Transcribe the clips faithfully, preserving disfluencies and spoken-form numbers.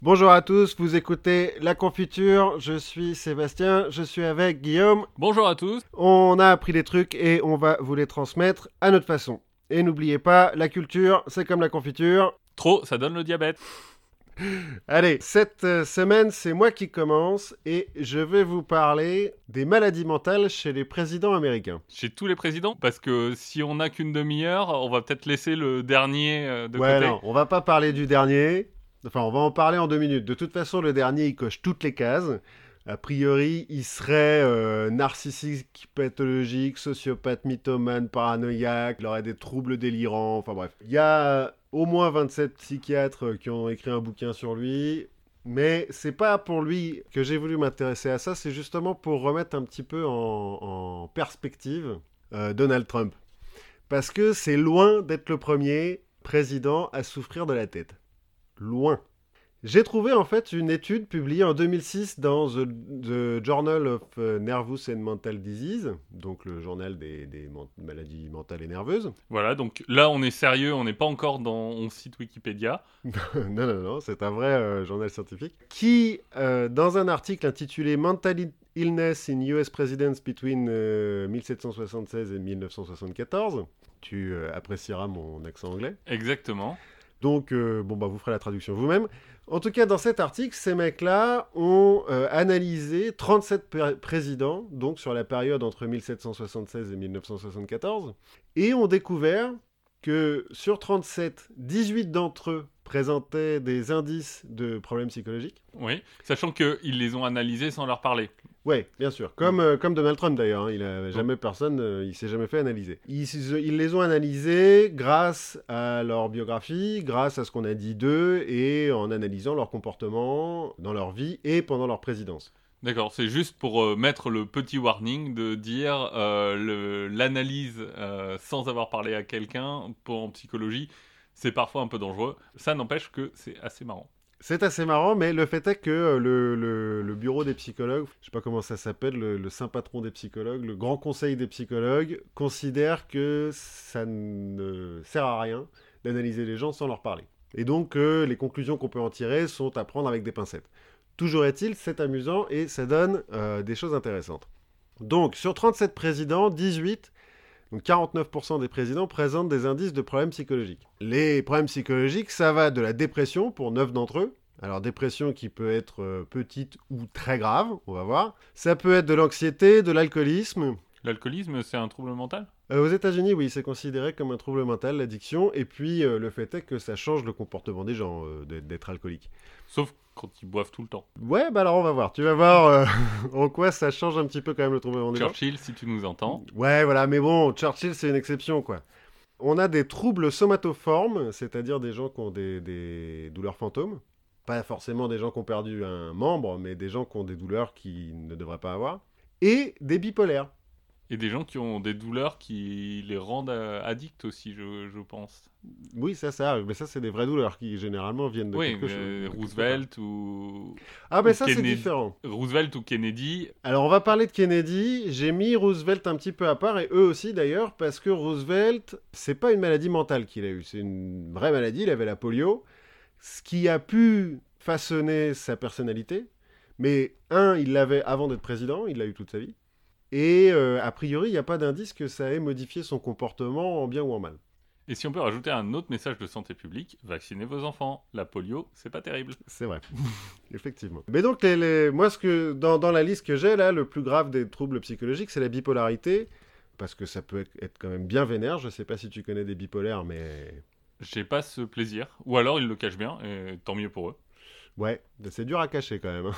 Bonjour à tous, vous écoutez La Confiture, je suis Sébastien, je suis avec Guillaume. Bonjour à tous. On a appris des trucs et on va vous les transmettre à notre façon. Et n'oubliez pas, la culture, c'est comme la confiture. Trop, ça donne le diabète. Allez, cette euh, semaine, c'est moi qui commence et je vais vous parler des maladies mentales chez les présidents américains. Chez tous les présidents, parce que si on n'a qu'une demi-heure, on va peut-être laisser le dernier euh, de Ouais, côté. non, on va pas parler du dernier. Enfin, on va en parler en deux minutes. De toute façon, le dernier, il coche toutes les cases. A priori, il serait euh, narcissique, pathologique, sociopathe, mythomane, paranoïaque, il aurait des troubles délirants, enfin bref. Il y a au moins vingt-sept psychiatres qui ont écrit un bouquin sur lui, mais c'est pas pour lui que j'ai voulu m'intéresser à ça, c'est justement pour remettre un petit peu en, en perspective euh, Donald Trump. Parce que c'est loin d'être le premier président à souffrir de la tête. Loin. J'ai trouvé en fait une étude publiée en deux mille six dans The, The Journal of Nervous and Mental Disease, donc le journal des, des man- maladies mentales et nerveuses. Voilà, donc là on est sérieux, on n'est pas encore dans on cite Wikipédia. non, non, non, c'est un vrai euh, journal scientifique. Qui, euh, dans un article intitulé Mental Illness in U S Presidents Between euh, dix-sept cent soixante-seize et dix-neuf cent soixante-quatorze, tu euh, apprécieras mon accent anglais. Exactement. Donc, euh, bon, bah, vous ferez la traduction vous-même. En tout cas, dans cet article, ces mecs-là ont euh, analysé trente-sept pr- présidents, donc sur la période entre dix-sept cent soixante-seize et dix-neuf cent soixante-quatorze, et ont découvert que sur trente-sept, dix-huit d'entre eux présentaient des indices de problèmes psychologiques. Oui, sachant qu'ils les ont analysés sans leur parler. Ouais, bien sûr. Comme, euh, comme Donald Trump d'ailleurs, hein. Il a jamais personne, euh, il s'est jamais fait analyser. Ils, ils les ont analysés grâce à leur biographie, grâce à ce qu'on a dit d'eux et en analysant leur comportement dans leur vie et pendant leur présidence. D'accord, c'est juste pour euh, mettre le petit warning de dire euh, le- l'analyse euh, sans avoir parlé à quelqu'un pour en psychologie, c'est parfois un peu dangereux. Ça n'empêche que c'est assez marrant. C'est assez marrant, mais le fait est que euh, le, le- le bureau des psychologues, je sais pas comment ça s'appelle, le, le saint patron des psychologues, le grand conseil des psychologues, considère que ça ne sert à rien d'analyser les gens sans leur parler. Et donc euh, les conclusions qu'on peut en tirer sont à prendre avec des pincettes. Toujours est-il, c'est amusant et ça donne euh, des choses intéressantes. Donc sur trente-sept présidents, dix-huit, donc quarante-neuf pour cent des présidents présentent des indices de problèmes psychologiques. Les problèmes psychologiques, ça va de la dépression pour neuf d'entre eux. Alors dépression qui peut être euh, petite ou très grave, on va voir. Ça peut être de l'anxiété, de l'alcoolisme. L'alcoolisme, c'est un trouble mental ? Euh, aux États-Unis, oui, c'est considéré comme un trouble mental, l'addiction. Et puis euh, le fait est que ça change le comportement des gens euh, d'être, d'être alcoolique. Sauf quand ils boivent tout le temps. Ouais, bah alors on va voir. Tu vas voir euh, en quoi ça change un petit peu quand même le trouble des gens. Churchill, si tu nous entends. Ouais, voilà, mais bon, Churchill, c'est une exception, quoi. On a des troubles somatoformes, c'est-à-dire des gens qui ont des, des douleurs fantômes. Pas forcément des gens qui ont perdu un membre, mais des gens qui ont des douleurs qu'ils ne devraient pas avoir. Et des bipolaires. Et des gens qui ont des douleurs qui les rendent euh, addicts aussi, je, je pense. Oui, ça, ça arrive, mais ça, c'est des vraies douleurs qui, généralement, viennent de Oui, quelque chose. euh, de quelque Roosevelt ou... Ah, mais ou ça, c'est Kennedy. différent. Roosevelt ou Kennedy. Alors, on va parler de Kennedy. J'ai mis Roosevelt un petit peu à part, et eux aussi, d'ailleurs, parce que Roosevelt, c'est pas une maladie mentale qu'il a eue. C'est une vraie maladie, il avait la polio. Ce qui a pu façonner sa personnalité. Mais, un, il l'avait avant d'être président, il l'a eu toute sa vie. Et euh, a priori, il n'y a pas d'indice que ça ait modifié son comportement en bien ou en mal. Et si on peut rajouter un autre message de santé publique, vaccinez vos enfants. La polio, c'est pas terrible. C'est vrai, effectivement. Mais donc, les, les... moi, ce que, dans, dans la liste que j'ai, là, le plus grave des troubles psychologiques, c'est la bipolarité, parce que ça peut être, être quand même bien vénère. Je sais pas si tu connais des bipolaires, mais... J'ai pas ce plaisir. Ou alors ils le cachent bien, et tant mieux pour eux. Ouais, c'est dur à cacher quand même.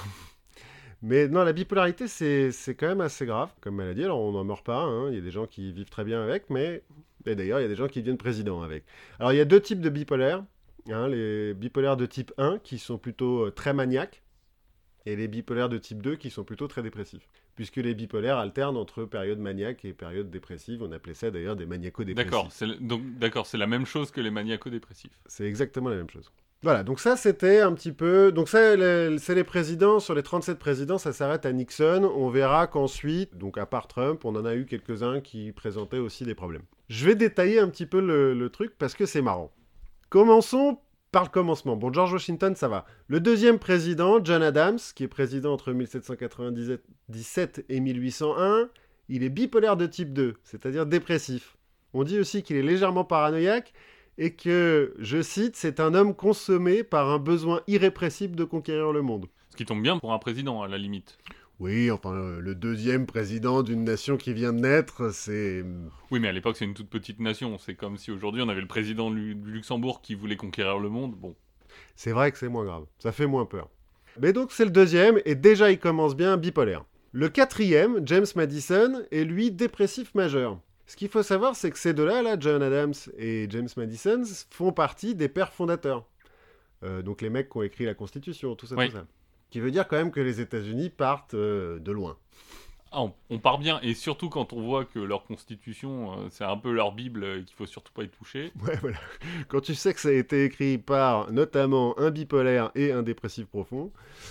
Mais non, la bipolarité, c'est, c'est quand même assez grave comme maladie. Alors, on n'en meurt pas, hein. Il y a des gens qui vivent très bien avec, mais... Et d'ailleurs, il y a des gens qui deviennent présidents avec. Alors, il y a deux types de bipolaires. Hein, les bipolaires de type un, qui sont plutôt euh, très maniaques, et les bipolaires de type deux, qui sont plutôt très dépressifs. Puisque les bipolaires alternent entre période maniaque et période dépressive. On appelait ça d'ailleurs des maniaco-dépressifs. D'accord, c'est, le- donc, d'accord, c'est la même chose que les maniaco-dépressifs. C'est exactement la même chose. Voilà, donc ça c'était un petit peu... Donc ça, les- c'est les présidents, sur les trente-sept présidents, ça s'arrête à Nixon. On verra qu'ensuite, donc à part Trump, on en a eu quelques-uns qui présentaient aussi des problèmes. Je vais détailler un petit peu le, le truc parce que c'est marrant. Commençons Par le commencement, bon, George Washington, ça va. Le deuxième président, John Adams, qui est président entre mille sept cent quatre-vingt-dix-sept et mille huit cent un, il est bipolaire de type deux, c'est-à-dire dépressif. On dit aussi qu'il est légèrement paranoïaque et que, je cite, c'est un homme consommé par un besoin irrépressible de conquérir le monde. Ce qui tombe bien pour un président, à la limite. Oui, enfin, euh, le deuxième président d'une nation qui vient de naître, c'est... Oui, mais à l'époque, c'est une toute petite nation. C'est comme si aujourd'hui, on avait le président du Luxembourg qui voulait conquérir le monde. Bon. C'est vrai que c'est moins grave. Ça fait moins peur. Mais donc, c'est le deuxième, et déjà, il commence bien bipolaire. Le quatrième, James Madison, est lui dépressif majeur. Ce qu'il faut savoir, c'est que ces deux-là, là, John Adams et James Madison, font partie des pères fondateurs. Euh, donc les mecs qui ont écrit la Constitution, tout ça, oui. tout ça. Ce qui veut dire quand même que les États-Unis partent euh, de loin. Ah, on, on part bien, et surtout quand on voit que leur Constitution, euh, c'est un peu leur Bible et qu'il faut surtout pas y toucher. Ouais, voilà. Quand tu sais que ça a été écrit par notamment un bipolaire et un dépressif profond,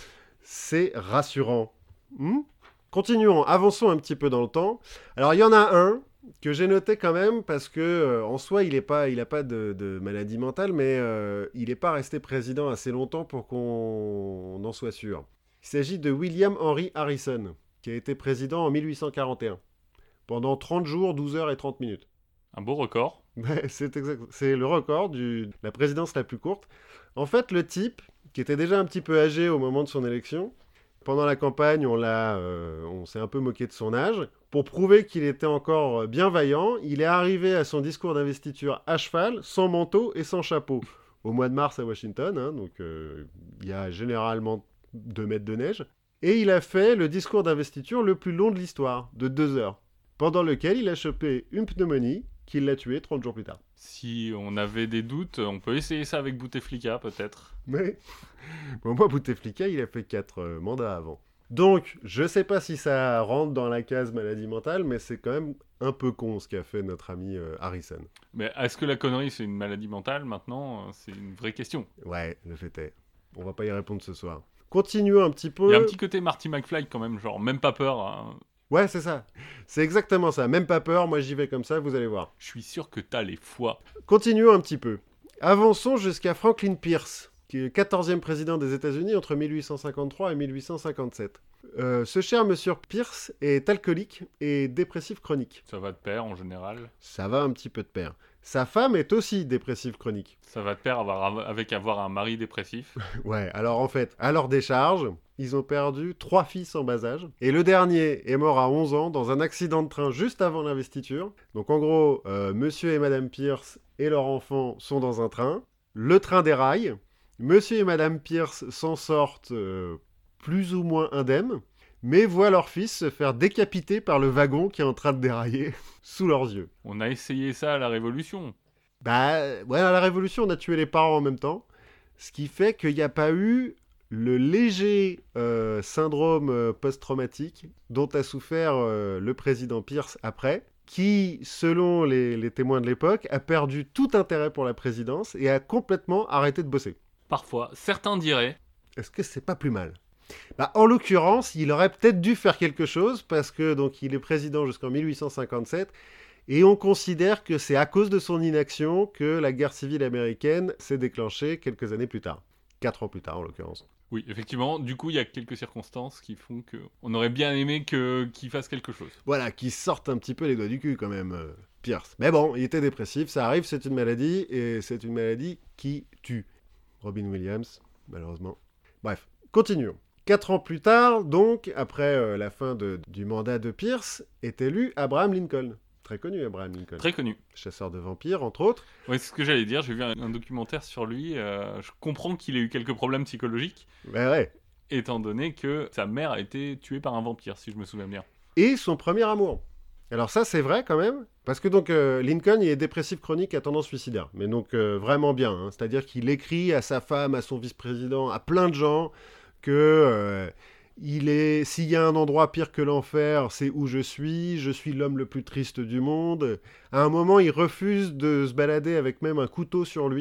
c'est rassurant. Hmm Continuons, avançons un petit peu dans le temps. Alors, il y en a un que j'ai noté quand même, parce que euh, en soi, il n'a pas, il a pas de, de maladie mentale, mais euh, il n'est pas resté président assez longtemps pour qu'on en soit sûr. Il s'agit de William Henry Harrison, qui a été président en mille huit cent quarante et un, pendant trente jours, douze heures et trente minutes. Un beau record. Ouais, c'est, exact, c'est le record de la présidence la plus courte. En fait, le type, qui était déjà un petit peu âgé au moment de son élection, pendant la campagne, on, l'a, euh, on s'est un peu moqué de son âge. Pour prouver qu'il était encore bien vaillant, il est arrivé à son discours d'investiture à cheval, sans manteau et sans chapeau. Au mois de mars à Washington, hein, donc euh, il y a généralement deux mètres de neige. Et il a fait le discours d'investiture le plus long de l'histoire, de deux heures, pendant lequel il a chopé une pneumonie qui l'a tué trente jours plus tard. Si on avait des doutes, on peut essayer ça avec Bouteflika, peut-être. Mais bon, moi, Bouteflika, il a fait quatre euh, mandats avant. Donc, je sais pas si ça rentre dans la case maladie mentale, mais c'est quand même un peu con ce qu'a fait notre ami euh, Harrison. Mais est-ce que la connerie, c'est une maladie mentale, maintenant? C'est une vraie question. Ouais, le fait est. On va pas y répondre ce soir. Continuons un petit peu. Il y a un petit côté Marty McFly quand même, genre même pas peur. Hein. Ouais, c'est ça. C'est exactement ça. Même pas peur, moi j'y vais comme ça, vous allez voir. Je suis sûr que t'as les foies. Continuons un petit peu. Avançons jusqu'à Franklin Pierce, qui est le quatorzième président des États-Unis entre mille huit cent cinquante-trois et mille huit cent cinquante-sept. Euh, ce cher monsieur Pierce est alcoolique et dépressif chronique. Ça va de pair en général. Ça va un petit peu de pair. Sa femme est aussi dépressive chronique. Ça va de pair avoir, avec avoir un mari dépressif. Ouais, alors en fait, à leur décharge, ils ont perdu trois fils en bas âge. Et le dernier est mort à onze ans dans un accident de train juste avant l'investiture. Donc en gros, euh, monsieur et madame Pierce et leur enfant sont dans un train. Le train déraille. Monsieur et madame Pierce s'en sortent euh, plus ou moins indemnes, mais voient leur fils se faire décapiter par le wagon qui est en train de dérailler sous leurs yeux. On a essayé ça à la Révolution. Bah, ouais, à la Révolution, on a tué les parents en même temps, ce qui fait qu'il n'y a pas eu le léger euh, syndrome euh, post-traumatique dont a souffert euh, le président Pierce après, qui, selon les, les témoins de l'époque, a perdu tout intérêt pour la présidence et a complètement arrêté de bosser. Parfois, certains diraient... Est-ce que c'est pas plus mal ? Bah, en l'occurrence, il aurait peut-être dû faire quelque chose parce que donc il est président jusqu'en mille huit cent cinquante-sept et on considère que c'est à cause de son inaction que la guerre civile américaine s'est déclenchée quelques années plus tard. Quatre ans plus tard en l'occurrence. Oui, effectivement. Du coup, il y a quelques circonstances qui font que on aurait bien aimé que qu'il fasse quelque chose. Voilà, qu'il sorte un petit peu les doigts du cul quand même, euh, Pierce. Mais bon, il était dépressif, ça arrive, c'est une maladie et c'est une maladie qui tue. Robin Williams, malheureusement. Bref, continuons. Quatre ans plus tard, donc, après euh, la fin de, du mandat de Pierce, est élu Abraham Lincoln. Très connu, Abraham Lincoln. Très connu. Chasseur de vampires, entre autres. Oui, c'est ce que j'allais dire. J'ai vu un, un documentaire sur lui. Euh, je comprends qu'il ait eu quelques problèmes psychologiques. Ouais, ouais. Étant donné que sa mère a été tuée par un vampire, si je me souviens bien. Et son premier amour. Alors ça, c'est vrai quand même. Parce que donc, euh, Lincoln, il est dépressif chronique à tendance suicidaire. Mais donc, euh, vraiment bien. Hein. C'est-à-dire qu'il écrit à sa femme, à son vice-président, à plein de gens... que euh, il est, s'il y a un endroit pire que l'enfer, c'est où je suis, je suis l'homme le plus triste du monde. À un moment, il refuse de se balader avec même un couteau sur lui,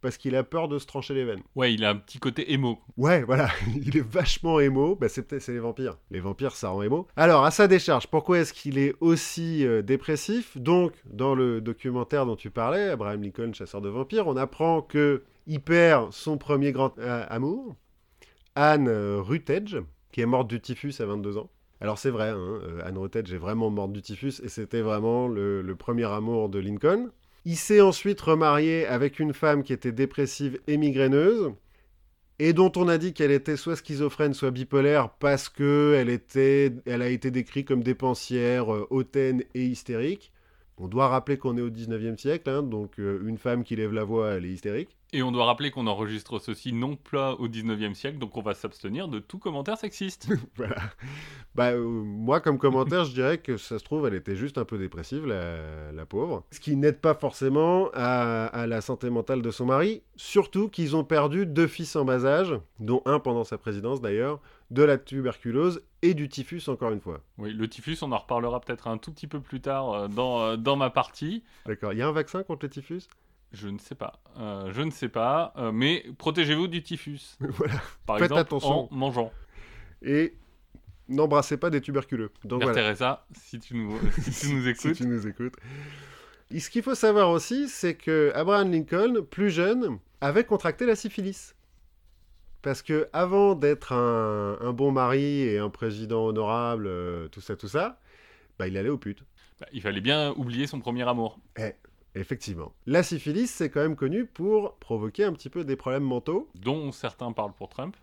parce qu'il a peur de se trancher les veines. Ouais, il a un petit côté émo. Ouais, voilà, il est vachement émo. Bah, c'est peut-être c'est les vampires. Les vampires, ça rend émo. Alors, à sa décharge, pourquoi est-ce qu'il est aussi euh, dépressif ? Donc, dans le documentaire dont tu parlais, Abraham Lincoln, chasseur de vampires, on apprend que il perd son premier grand euh, amour, Anne euh, Rutledge, qui est morte du typhus à vingt-deux ans. Alors c'est vrai, hein, euh, Anne Rutledge est vraiment morte du typhus et c'était vraiment le, le premier amour de Lincoln. Il s'est ensuite remarié avec une femme qui était dépressive et migraineuse et dont on a dit qu'elle était soit schizophrène, soit bipolaire parce qu'elle était, elle a été décrite comme dépensière, euh, hautaine et hystérique. On doit rappeler qu'on est au dix-neuvième siècle, hein, donc euh, une femme qui lève la voix, elle est hystérique. Et on doit rappeler qu'on enregistre ceci non pas au dix-neuvième siècle, donc on va s'abstenir de tout commentaire sexiste. Voilà. Bah, euh, moi, comme commentaire, je dirais que ça se trouve, elle était juste un peu dépressive, la, la pauvre. Ce qui n'aide pas forcément à, à la santé mentale de son mari, surtout qu'ils ont perdu deux fils en bas âge, dont un pendant sa présidence d'ailleurs, de la tuberculose et du typhus encore une fois. Oui, le typhus, on en reparlera peut-être un tout petit peu plus tard euh, dans, euh, dans ma partie. D'accord. Il y a un vaccin contre le typhus ? Je ne sais pas. Euh, je ne sais pas. Euh, mais protégez-vous du typhus. Voilà. Par Faites exemple, attention. en mangeant. Et n'embrassez pas des tuberculeux. Donc Mère voilà. Teresa, si tu nous, si tu nous écoutes. Si tu nous écoutes. Et ce qu'il faut savoir aussi, c'est que Abraham Lincoln, plus jeune, avait contracté la syphilis. Parce que avant d'être un, un bon mari et un président honorable, euh, tout ça, tout ça, bah, il allait aux putes. Bah, il fallait bien oublier son premier amour. Eh, effectivement. La syphilis, c'est quand même connu pour provoquer un petit peu des problèmes mentaux. Dont certains parlent pour Trump.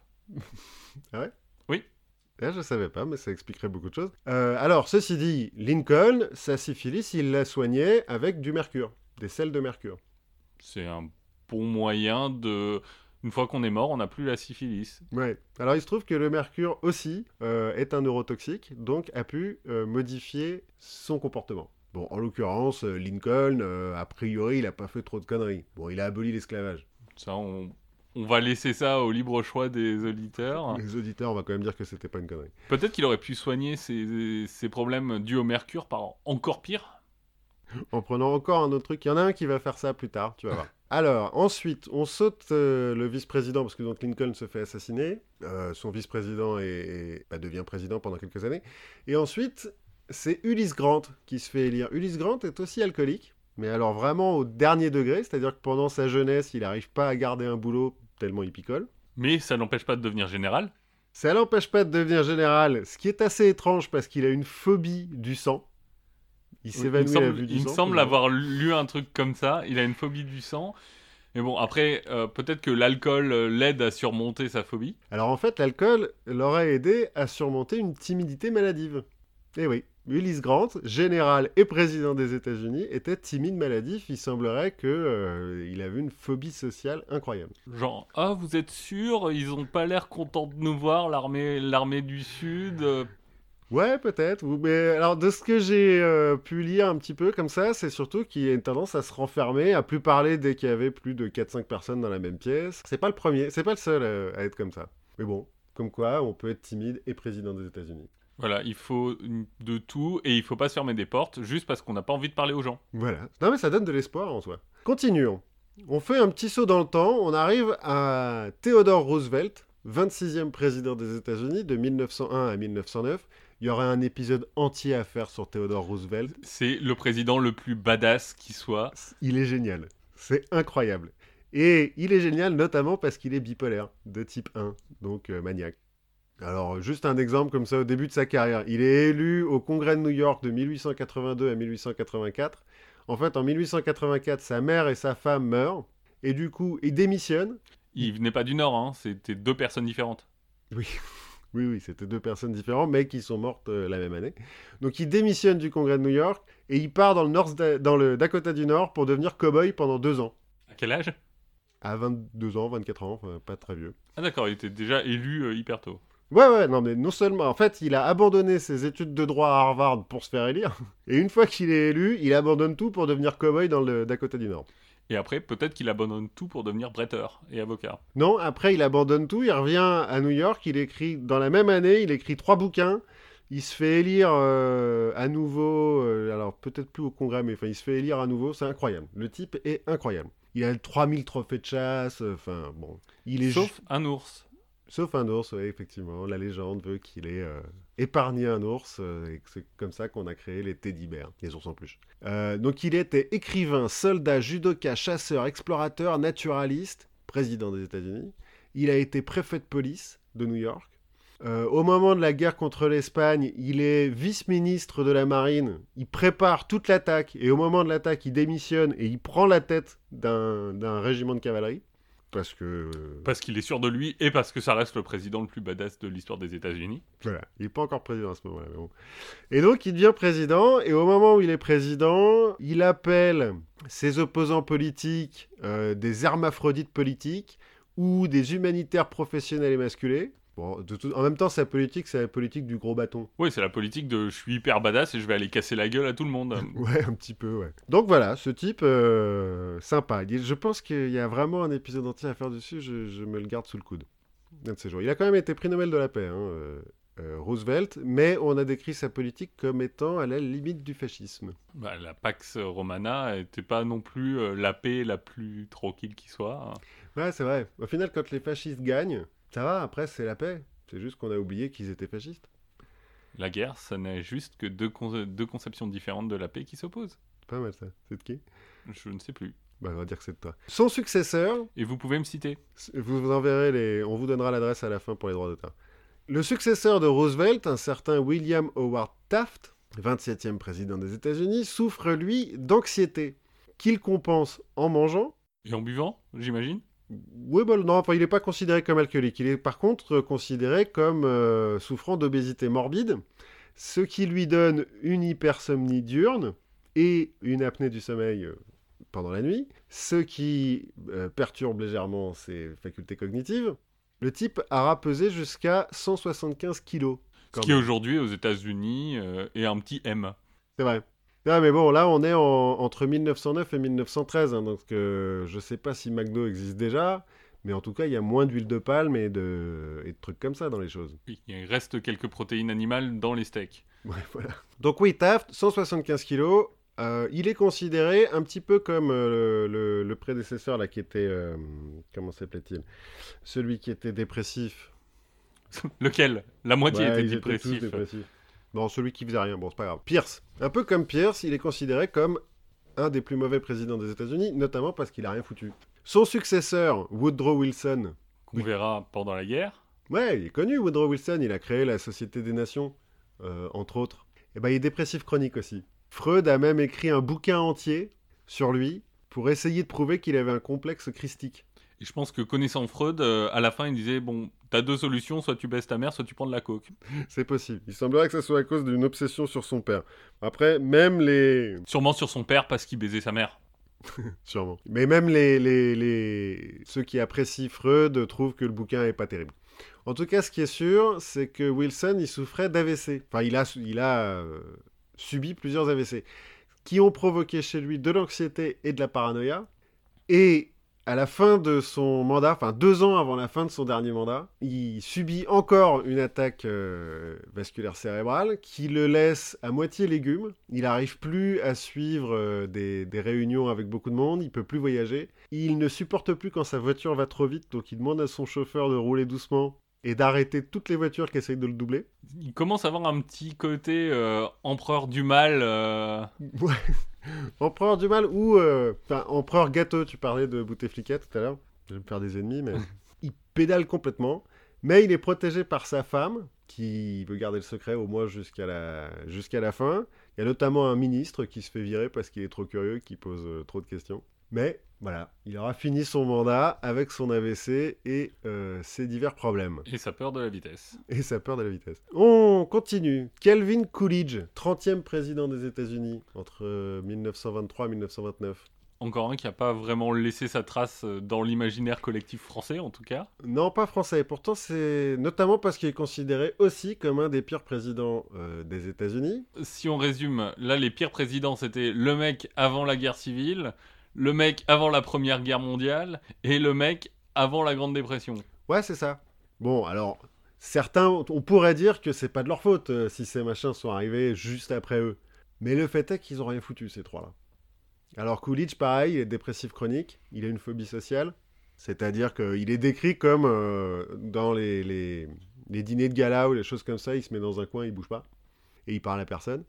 Ah ouais ? Oui. Eh, je savais pas, mais ça expliquerait beaucoup de choses. Euh, alors, ceci dit, Lincoln, sa syphilis, il la soignait avec du mercure, des sels de mercure. C'est un bon moyen de... Une fois qu'on est mort, on n'a plus la syphilis. Ouais. Alors, il se trouve que le mercure aussi euh, est un neurotoxique, donc a pu euh, modifier son comportement. Bon, en l'occurrence, euh, Lincoln, euh, a priori, il a pas fait trop de conneries. Bon, il a aboli l'esclavage. Ça, on... on va laisser ça au libre choix des auditeurs. Les auditeurs, on va quand même dire que c'était pas une connerie. Peut-être qu'il aurait pu soigner ses, ses problèmes dus au mercure par encore pire. En prenant encore un autre truc, il y en a un qui va faire ça plus tard, tu vas voir. Alors, ensuite, on saute euh, le vice-président, parce que donc Lincoln se fait assassiner. Euh, son vice-président est, est- bah, devient président pendant quelques années. Et ensuite, c'est Ulysse Grant qui se fait élire. Ulysse Grant est aussi alcoolique, mais alors vraiment au dernier degré, c'est-à-dire que pendant sa jeunesse, il n'arrive pas à garder un boulot tellement il picole. Mais ça n'empêche pas de devenir général. Ça l'empêche pas de devenir général, ce qui est assez étrange parce qu'il a une phobie du sang. Il Il me s'évanouit à la semble, vue du il me sang. semble plus ou moins. avoir lu un truc comme ça. Il a une phobie du sang. Mais bon, après, euh, peut-être que l'alcool euh, l'aide à surmonter sa phobie. Alors en fait, l'alcool l'aurait aidé à surmonter une timidité maladive. Eh oui, Ulysse Grant, général et président des États-Unis, était timide maladif. Il semblerait que euh, il avait une phobie sociale incroyable. Genre, ah, vous êtes sûr? Ils ont pas l'air contents de nous voir, l'armée, l'armée du Sud. euh, Ouais, peut-être. ou- Mais alors, de ce que j'ai euh, pu lire un petit peu comme ça, c'est surtout qu'il y a une tendance à se renfermer, à plus parler dès qu'il y avait plus de quatre cinq personnes dans la même pièce. C'est pas le premier, c'est pas le seul euh, à être comme ça. Mais bon, comme quoi, on peut être timide et président des États-Unis. Voilà, il faut de tout et il faut pas se fermer des portes juste parce qu'on n'a pas envie de parler aux gens. Voilà. Non, mais ça donne de l'espoir en soi. Continuons. On fait un petit saut dans le temps. On arrive à Theodore Roosevelt, vingt-sixième président des États-Unis, de mille neuf cent un à mille neuf cent neuf. Il y aurait un épisode entier à faire sur Theodore Roosevelt. C'est le président le plus badass qui soit. Il est génial. C'est incroyable. Et il est génial notamment parce qu'il est bipolaire, de type un, donc euh, maniaque. Alors, juste un exemple comme ça au début de sa carrière. Il est élu au Congrès de New York de mille huit cent quatre-vingt-deux à mille huit cent quatre-vingt-quatre. En fait, en mille huit cent quatre-vingt-quatre, sa mère et sa femme meurent. Et du coup, il démissionne. Il venait pas du Nord, hein, c'était deux personnes différentes. Oui, oui, oui, c'était deux personnes différentes, mais qui sont mortes euh, la même année. Donc, il démissionne du Congrès de New York et il part dans le, North Da- dans le Dakota du Nord pour devenir cow-boy pendant deux ans. À quel âge? À vingt-deux ans, vingt-quatre ans, enfin, pas très vieux. Ah d'accord, il était déjà élu euh, hyper tôt. Ouais, ouais, non, mais non seulement, en fait, il a abandonné ses études de droit à Harvard pour se faire élire, et une fois qu'il est élu, il abandonne tout pour devenir cow-boy dans le Dakota du Nord. Et après, peut-être qu'il abandonne tout pour devenir bretteur et avocat. Non, après, il abandonne tout, il revient à New York, il écrit, dans la même année, il écrit trois bouquins, il se fait élire euh, à nouveau, euh, alors peut-être plus au Congrès, mais enfin, il se fait élire à nouveau, c'est incroyable. Le type est incroyable. Il a trois mille trophées de chasse. Enfin, euh, bon. Il est Sauf ju- un ours. Sauf un ours, oui, effectivement. La légende veut qu'il ait euh, épargné un ours, euh, et que c'est comme ça qu'on a créé les teddy bears, les ours en peluche. Euh, donc il était écrivain, soldat, judoka, chasseur, explorateur, naturaliste, président des États-Unis. Il a été préfet de police de New York. Euh, au moment de la guerre contre l'Espagne, il est vice-ministre de la Marine. Il prépare toute l'attaque, et au moment de l'attaque, il démissionne et il prend la tête d'un, d'un régiment de cavalerie. Parce que... euh, Parce qu'il est sûr de lui et parce que ça reste le président le plus badass de l'histoire des États-Unis. Voilà, il n'est pas encore président à ce moment-là. Mais bon. Et donc, il devient président, et au moment où il est président, il appelle ses opposants politiques euh, des hermaphrodites politiques ou des humanitaires professionnels et masculés. Bon, de tout... En même temps, sa politique, c'est la politique du gros bâton. Oui, c'est la politique de je suis hyper badass et je vais aller casser la gueule à tout le monde. Ouais, un petit peu, ouais. Donc voilà, ce type, euh, sympa. Il- Je pense qu'il y a vraiment un épisode entier à faire dessus, je, je me le garde sous le coude. Un de ces jours. Il a quand même été prix Nobel de la paix, hein, euh, euh, Roosevelt, mais on a décrit sa politique comme étant à la limite du fascisme. Bah, la Pax Romana était pas non plus euh, la paix la plus tranquille qui soit. Ouais, c'est vrai. Au final, quand les fascistes gagnent, ça va, après, c'est la paix. C'est juste qu'on a oublié qu'ils étaient fascistes. La guerre, ça n'est juste que deux, con- deux conceptions différentes de la paix qui s'opposent. C'est pas mal, ça. C'est de qui? Je ne sais plus. Bah, on va dire que c'est de toi. Son successeur, Et vous pouvez me citer. vous vous enverrez les... On vous donnera l'adresse à la fin pour les droits d'auteur. Le successeur de Roosevelt, un certain William Howard Taft, vingt-septième président des États-Unis, souffre, lui, d'anxiété, qu'il compense en mangeant. Et en buvant, j'imagine. Oui, bah, non, enfin, il n'est pas considéré comme alcoolique. Il est par contre considéré comme euh, souffrant d'obésité morbide, ce qui lui donne une hypersomnie diurne et une apnée du sommeil euh, pendant la nuit, ce qui euh, perturbe légèrement ses facultés cognitives. Le type a pesé jusqu'à cent soixante-quinze kilos. Ce quand qui même. aujourd'hui aux États-Unis euh, est un petit M. C'est vrai. Ah, mais bon, là, on est en- entre mille neuf cent neuf et mille neuf cent treize, hein, donc euh, je sais pas si McDo existe déjà, mais en tout cas, il y a moins d'huile de palme et de, et de trucs comme ça dans les choses. Oui, il reste quelques protéines animales dans les steaks. Ouais, voilà. Donc oui, Taft, cent soixante-quinze kilos, euh, il est considéré un petit peu comme euh, le, le prédécesseur, là, qui était... euh, comment s'appelait-il? Celui qui était dépressif. Lequel? La moitié Ouais, était ils étaient tous dépressif. dépressifs. Non, celui qui faisait rien, bon, c'est pas grave. Pierce. Un peu comme Pierce, il est considéré comme un des plus mauvais présidents des États-Unis, notamment parce qu'il a rien foutu. Son successeur, Woodrow Wilson. Qu'on Oui. verra pendant la guerre. Ouais, il est connu, Woodrow Wilson. Il a créé la Société des Nations, euh, entre autres. Et ben, il est dépressif chronique aussi. Freud a même écrit un bouquin entier sur lui pour essayer de prouver qu'il avait un complexe christique. Et je pense que connaissant Freud, euh, à la fin, il disait bon, t'as deux solutions, soit tu baisses ta mère, soit tu prends de la coke. C'est possible. Il semblerait que ce soit à cause d'une obsession sur son père. Après, même les... Sûrement sur son père parce qu'il baisait sa mère. Sûrement. Mais même les, les, les... ceux qui apprécient Freud trouvent que le bouquin est pas terrible. En tout cas, ce qui est sûr, c'est que Wilson, il souffrait d'A V C. Enfin, il a, il a euh, subi plusieurs A V C qui ont provoqué chez lui de l'anxiété et de la paranoïa. Et à la fin de son mandat, enfin deux ans avant la fin de son dernier mandat, il subit encore une attaque euh, vasculaire cérébrale qui le laisse à moitié légume. Il n'arrive plus à suivre euh, des, des réunions avec beaucoup de monde, il peut plus voyager. Il ne supporte plus quand sa voiture va trop vite, donc il demande à son chauffeur de rouler doucement et d'arrêter toutes les voitures qui essayent de le doubler. Il commence à avoir un petit côté euh, empereur du mal. euh, Ouais. Empereur du mal ou... euh, Enfin, empereur gâteau, tu parlais de Bouteflika tout à l'heure. Je vais me faire des ennemis, mais... il pédale complètement, mais il est protégé par sa femme, qui veut garder le secret au moins jusqu'à la... jusqu'à la fin. Il y a notamment un ministre qui se fait virer parce qu'il est trop curieux, qui pose euh, trop de questions. Mais voilà, il aura fini son mandat avec son A V C et euh, ses divers problèmes. Et sa peur de la vitesse. Et sa peur de la vitesse. On continue. Calvin Coolidge, trentième président des États-Unis entre euh, mille neuf cent vingt-trois et mille neuf cent vingt-neuf. Encore un qui n'a pas vraiment laissé sa trace euh, dans l'imaginaire collectif français, en tout cas. Non, pas français. Pourtant, c'est notamment parce qu'il est considéré aussi comme un des pires présidents euh, des États-Unis. Si on résume, là, les pires présidents, c'était le mec avant la guerre civile, le mec avant la Première Guerre mondiale et le mec avant la Grande Dépression. Ouais, c'est ça. Bon, alors, certains, on pourrait dire que c'est pas de leur faute euh, si ces machins sont arrivés juste après eux. Mais le fait est qu'ils ont rien foutu, ces trois-là. Alors Coolidge, pareil, il est dépressif chronique, il a une phobie sociale, c'est-à-dire qu'il est décrit comme euh, dans les, les, les dîners de gala ou les choses comme ça, il se met dans un coin, il bouge pas, et il parle à personne.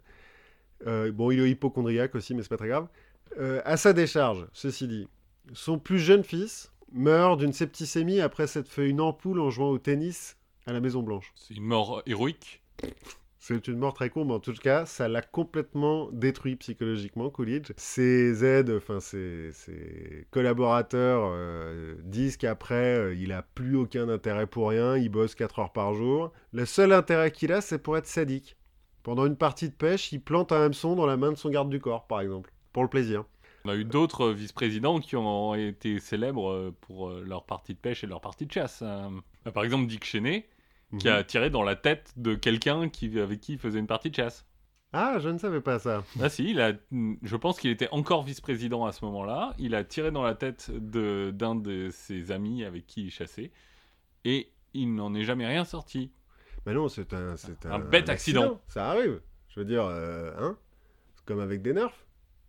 Euh, bon, il est hypochondriaque aussi, mais c'est pas très grave. Euh, à sa décharge, ceci dit, son plus jeune fils meurt d'une septicémie après s'être fait une ampoule en jouant au tennis à la Maison Blanche. C'est une mort héroïque. C'est une mort très courte, mais en tout cas, ça l'a complètement détruit psychologiquement, Coolidge. Ses aides, enfin ses, ses collaborateurs euh, disent qu'après, euh, il a plus aucun intérêt pour rien, il bosse quatre heures par jour. Le seul intérêt qu'il a, c'est pour être sadique. Pendant une partie de pêche, il plante un hameçon dans la main de son garde du corps, par exemple, pour le plaisir. On a eu d'autres vice-présidents qui ont été célèbres pour leur partie de pêche et leur partie de chasse. Par exemple, Dick Cheney, qui a tiré dans la tête de quelqu'un qui, avec qui il faisait une partie de chasse. Ah, je ne savais pas ça. Ah si, il a, je pense qu'il était encore vice-président à ce moment-là. Il a tiré dans la tête de, d'un de ses amis avec qui il chassait. Et il n'en est jamais rien sorti. Mais non, c'est un... C'est un, un bête un accident. accident. Ça arrive. Je veux dire, euh, hein, c'est comme avec des nerfs.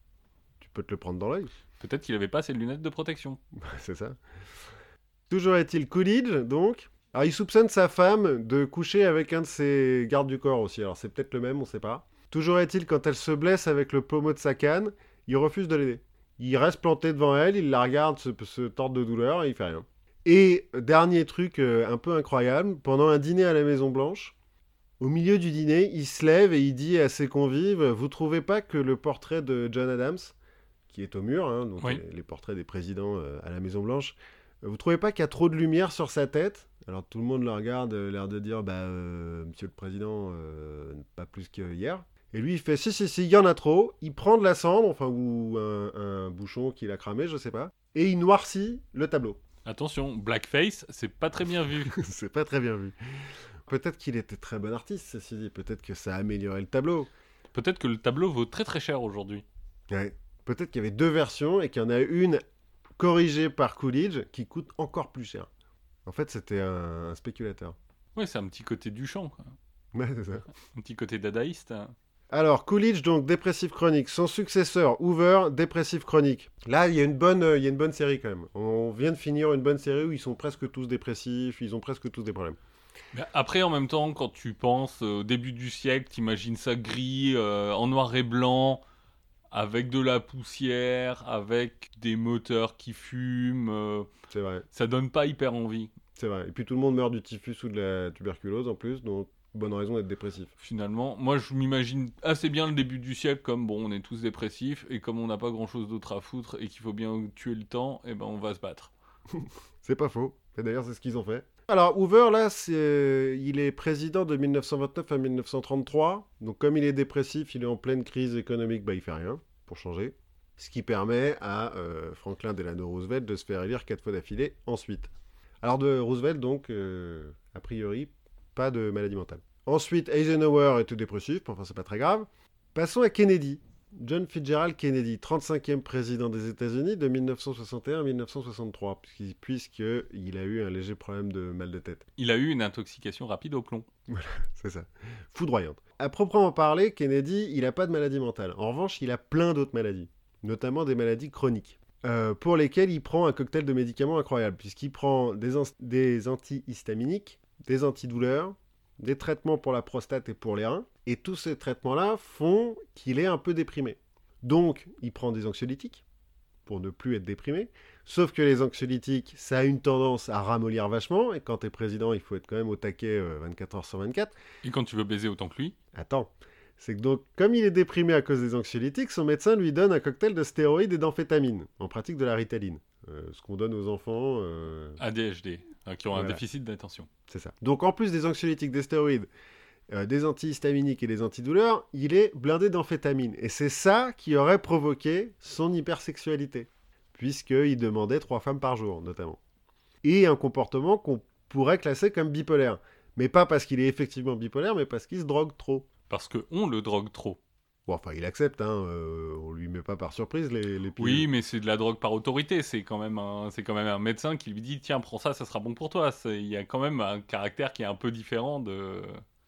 Tu peux te le prendre dans l'œil. Peut-être qu'il n'avait pas ses lunettes de protection. C'est ça. Toujours est-il Coolidge, donc... Alors, il soupçonne sa femme de coucher avec un de ses gardes du corps aussi. Alors, c'est peut-être le même, on ne sait pas. Toujours est-il, quand elle se blesse avec le pommeau de sa canne, il refuse de l'aider. Il reste planté devant elle, il la regarde se, se tordre de douleur et il fait rien. Et, dernier truc euh, un peu incroyable, pendant un dîner à la Maison-Blanche, au milieu du dîner, il se lève et il dit à ses convives « Vous trouvez pas que le portrait de John Adams, qui est au mur, hein, donc oui. les, les portraits des présidents euh, à la Maison-Blanche, vous trouvez pas qu'il y a trop de lumière sur sa tête ?» Alors tout le monde le regarde, euh, l'air de dire bah, euh, Monsieur le Président, euh, pas plus qu'hier. Et lui il fait si, si, si, il y en a trop. Il prend de la cendre, enfin, ou un, un bouchon qu'il a cramé, je sais pas, et il noircit le tableau. Attention, blackface, c'est pas très bien vu. C'est pas très bien vu. Peut-être qu'il était très bon artiste, ceci dit. Peut-être que ça a amélioré le tableau. Peut-être que le tableau vaut très très cher aujourd'hui. Ouais. Peut-être qu'il y avait deux versions et qu'il y en a une corrigée par Coolidge qui coûte encore plus cher. En fait, c'était un, un spéculateur. Oui, c'est un petit côté Duchamp, quoi. Ouais, c'est ça. Un petit côté dadaïste. Hein. Alors, Coolidge, donc, dépressif chronique. Son successeur, Hoover, dépressif chronique. Là, il y a une bonne, euh, il y a une bonne série, quand même. On vient de finir une bonne série où ils sont presque tous dépressifs, ils ont presque tous des problèmes. Mais après, en même temps, quand tu penses euh, au début du siècle, t'imagines ça gris, euh, en noir et blanc, avec de la poussière, avec des moteurs qui fument. Euh, c'est vrai. Ça donne pas hyper envie. C'est vrai. Et puis tout le monde meurt du typhus ou de la tuberculose en plus, donc bonne raison d'être dépressif. Finalement, moi je m'imagine assez bien le début du siècle comme bon, on est tous dépressifs et comme on n'a pas grand chose d'autre à foutre et qu'il faut bien tuer le temps, et ben on va se battre. C'est pas faux. Et d'ailleurs, c'est ce qu'ils ont fait. Alors, Hoover, là, c'est... il est président de mille neuf cent vingt-neuf à mille neuf cent trente-trois. Donc, comme il est dépressif, il est en pleine crise économique, bah, il fait rien, pour changer. Ce qui permet à euh, Franklin Delano Roosevelt de se faire élire quatre fois d'affilée ensuite. Alors, de Roosevelt, donc, euh, a priori, pas de maladie mentale. Ensuite, Eisenhower était dépressif, enfin, c'est pas très grave. Passons à Kennedy. John Fitzgerald Kennedy, trente-cinquième président des États-Unis de mille neuf cent soixante et un à mille neuf cent soixante-trois, puisqu'il a eu un léger problème de mal de tête. Il a eu une intoxication rapide au plomb. Voilà, c'est ça. Foudroyante. À proprement parler, Kennedy, il n'a pas de maladie mentale. En revanche, il a plein d'autres maladies, notamment des maladies chroniques, euh, pour lesquelles il prend un cocktail de médicaments incroyable, puisqu'il prend des, an- des antihistaminiques, des antidouleurs, des traitements pour la prostate et pour les reins, et tous ces traitements-là font qu'il est un peu déprimé. Donc, il prend des anxiolytiques pour ne plus être déprimé, sauf que les anxiolytiques, ça a une tendance à ramollir vachement, et quand t'es président, il faut être quand même au taquet euh, vingt-quatre heures sur vingt-quatre. Et quand tu veux baiser autant que lui. Attends, c'est que donc, comme il est déprimé à cause des anxiolytiques, son médecin lui donne un cocktail de stéroïdes et d'amphétamine, en pratique de la Ritaline, euh, ce qu'on donne aux enfants... Euh... A D H D, euh, qui ont voilà. un déficit d'attention. C'est ça. Donc en plus des anxiolytiques, des stéroïdes, euh, des antihistaminiques et des antidouleurs, il est blindé d'amphétamine. Et c'est ça qui aurait provoqué son hypersexualité, puisqu'il demandait trois femmes par jour, notamment. Et un comportement qu'on pourrait classer comme bipolaire. Mais pas parce qu'il est effectivement bipolaire, mais parce qu'il se drogue trop. Parce qu'on le drogue trop. Bon, enfin, il accepte, hein, euh, on lui met pas par surprise les, les pilules. Oui, mais c'est de la drogue par autorité, c'est quand même un, c'est quand même un médecin qui lui dit « Tiens, prends ça, ça sera bon pour toi ». Il y a quand même un caractère qui est un peu différent de...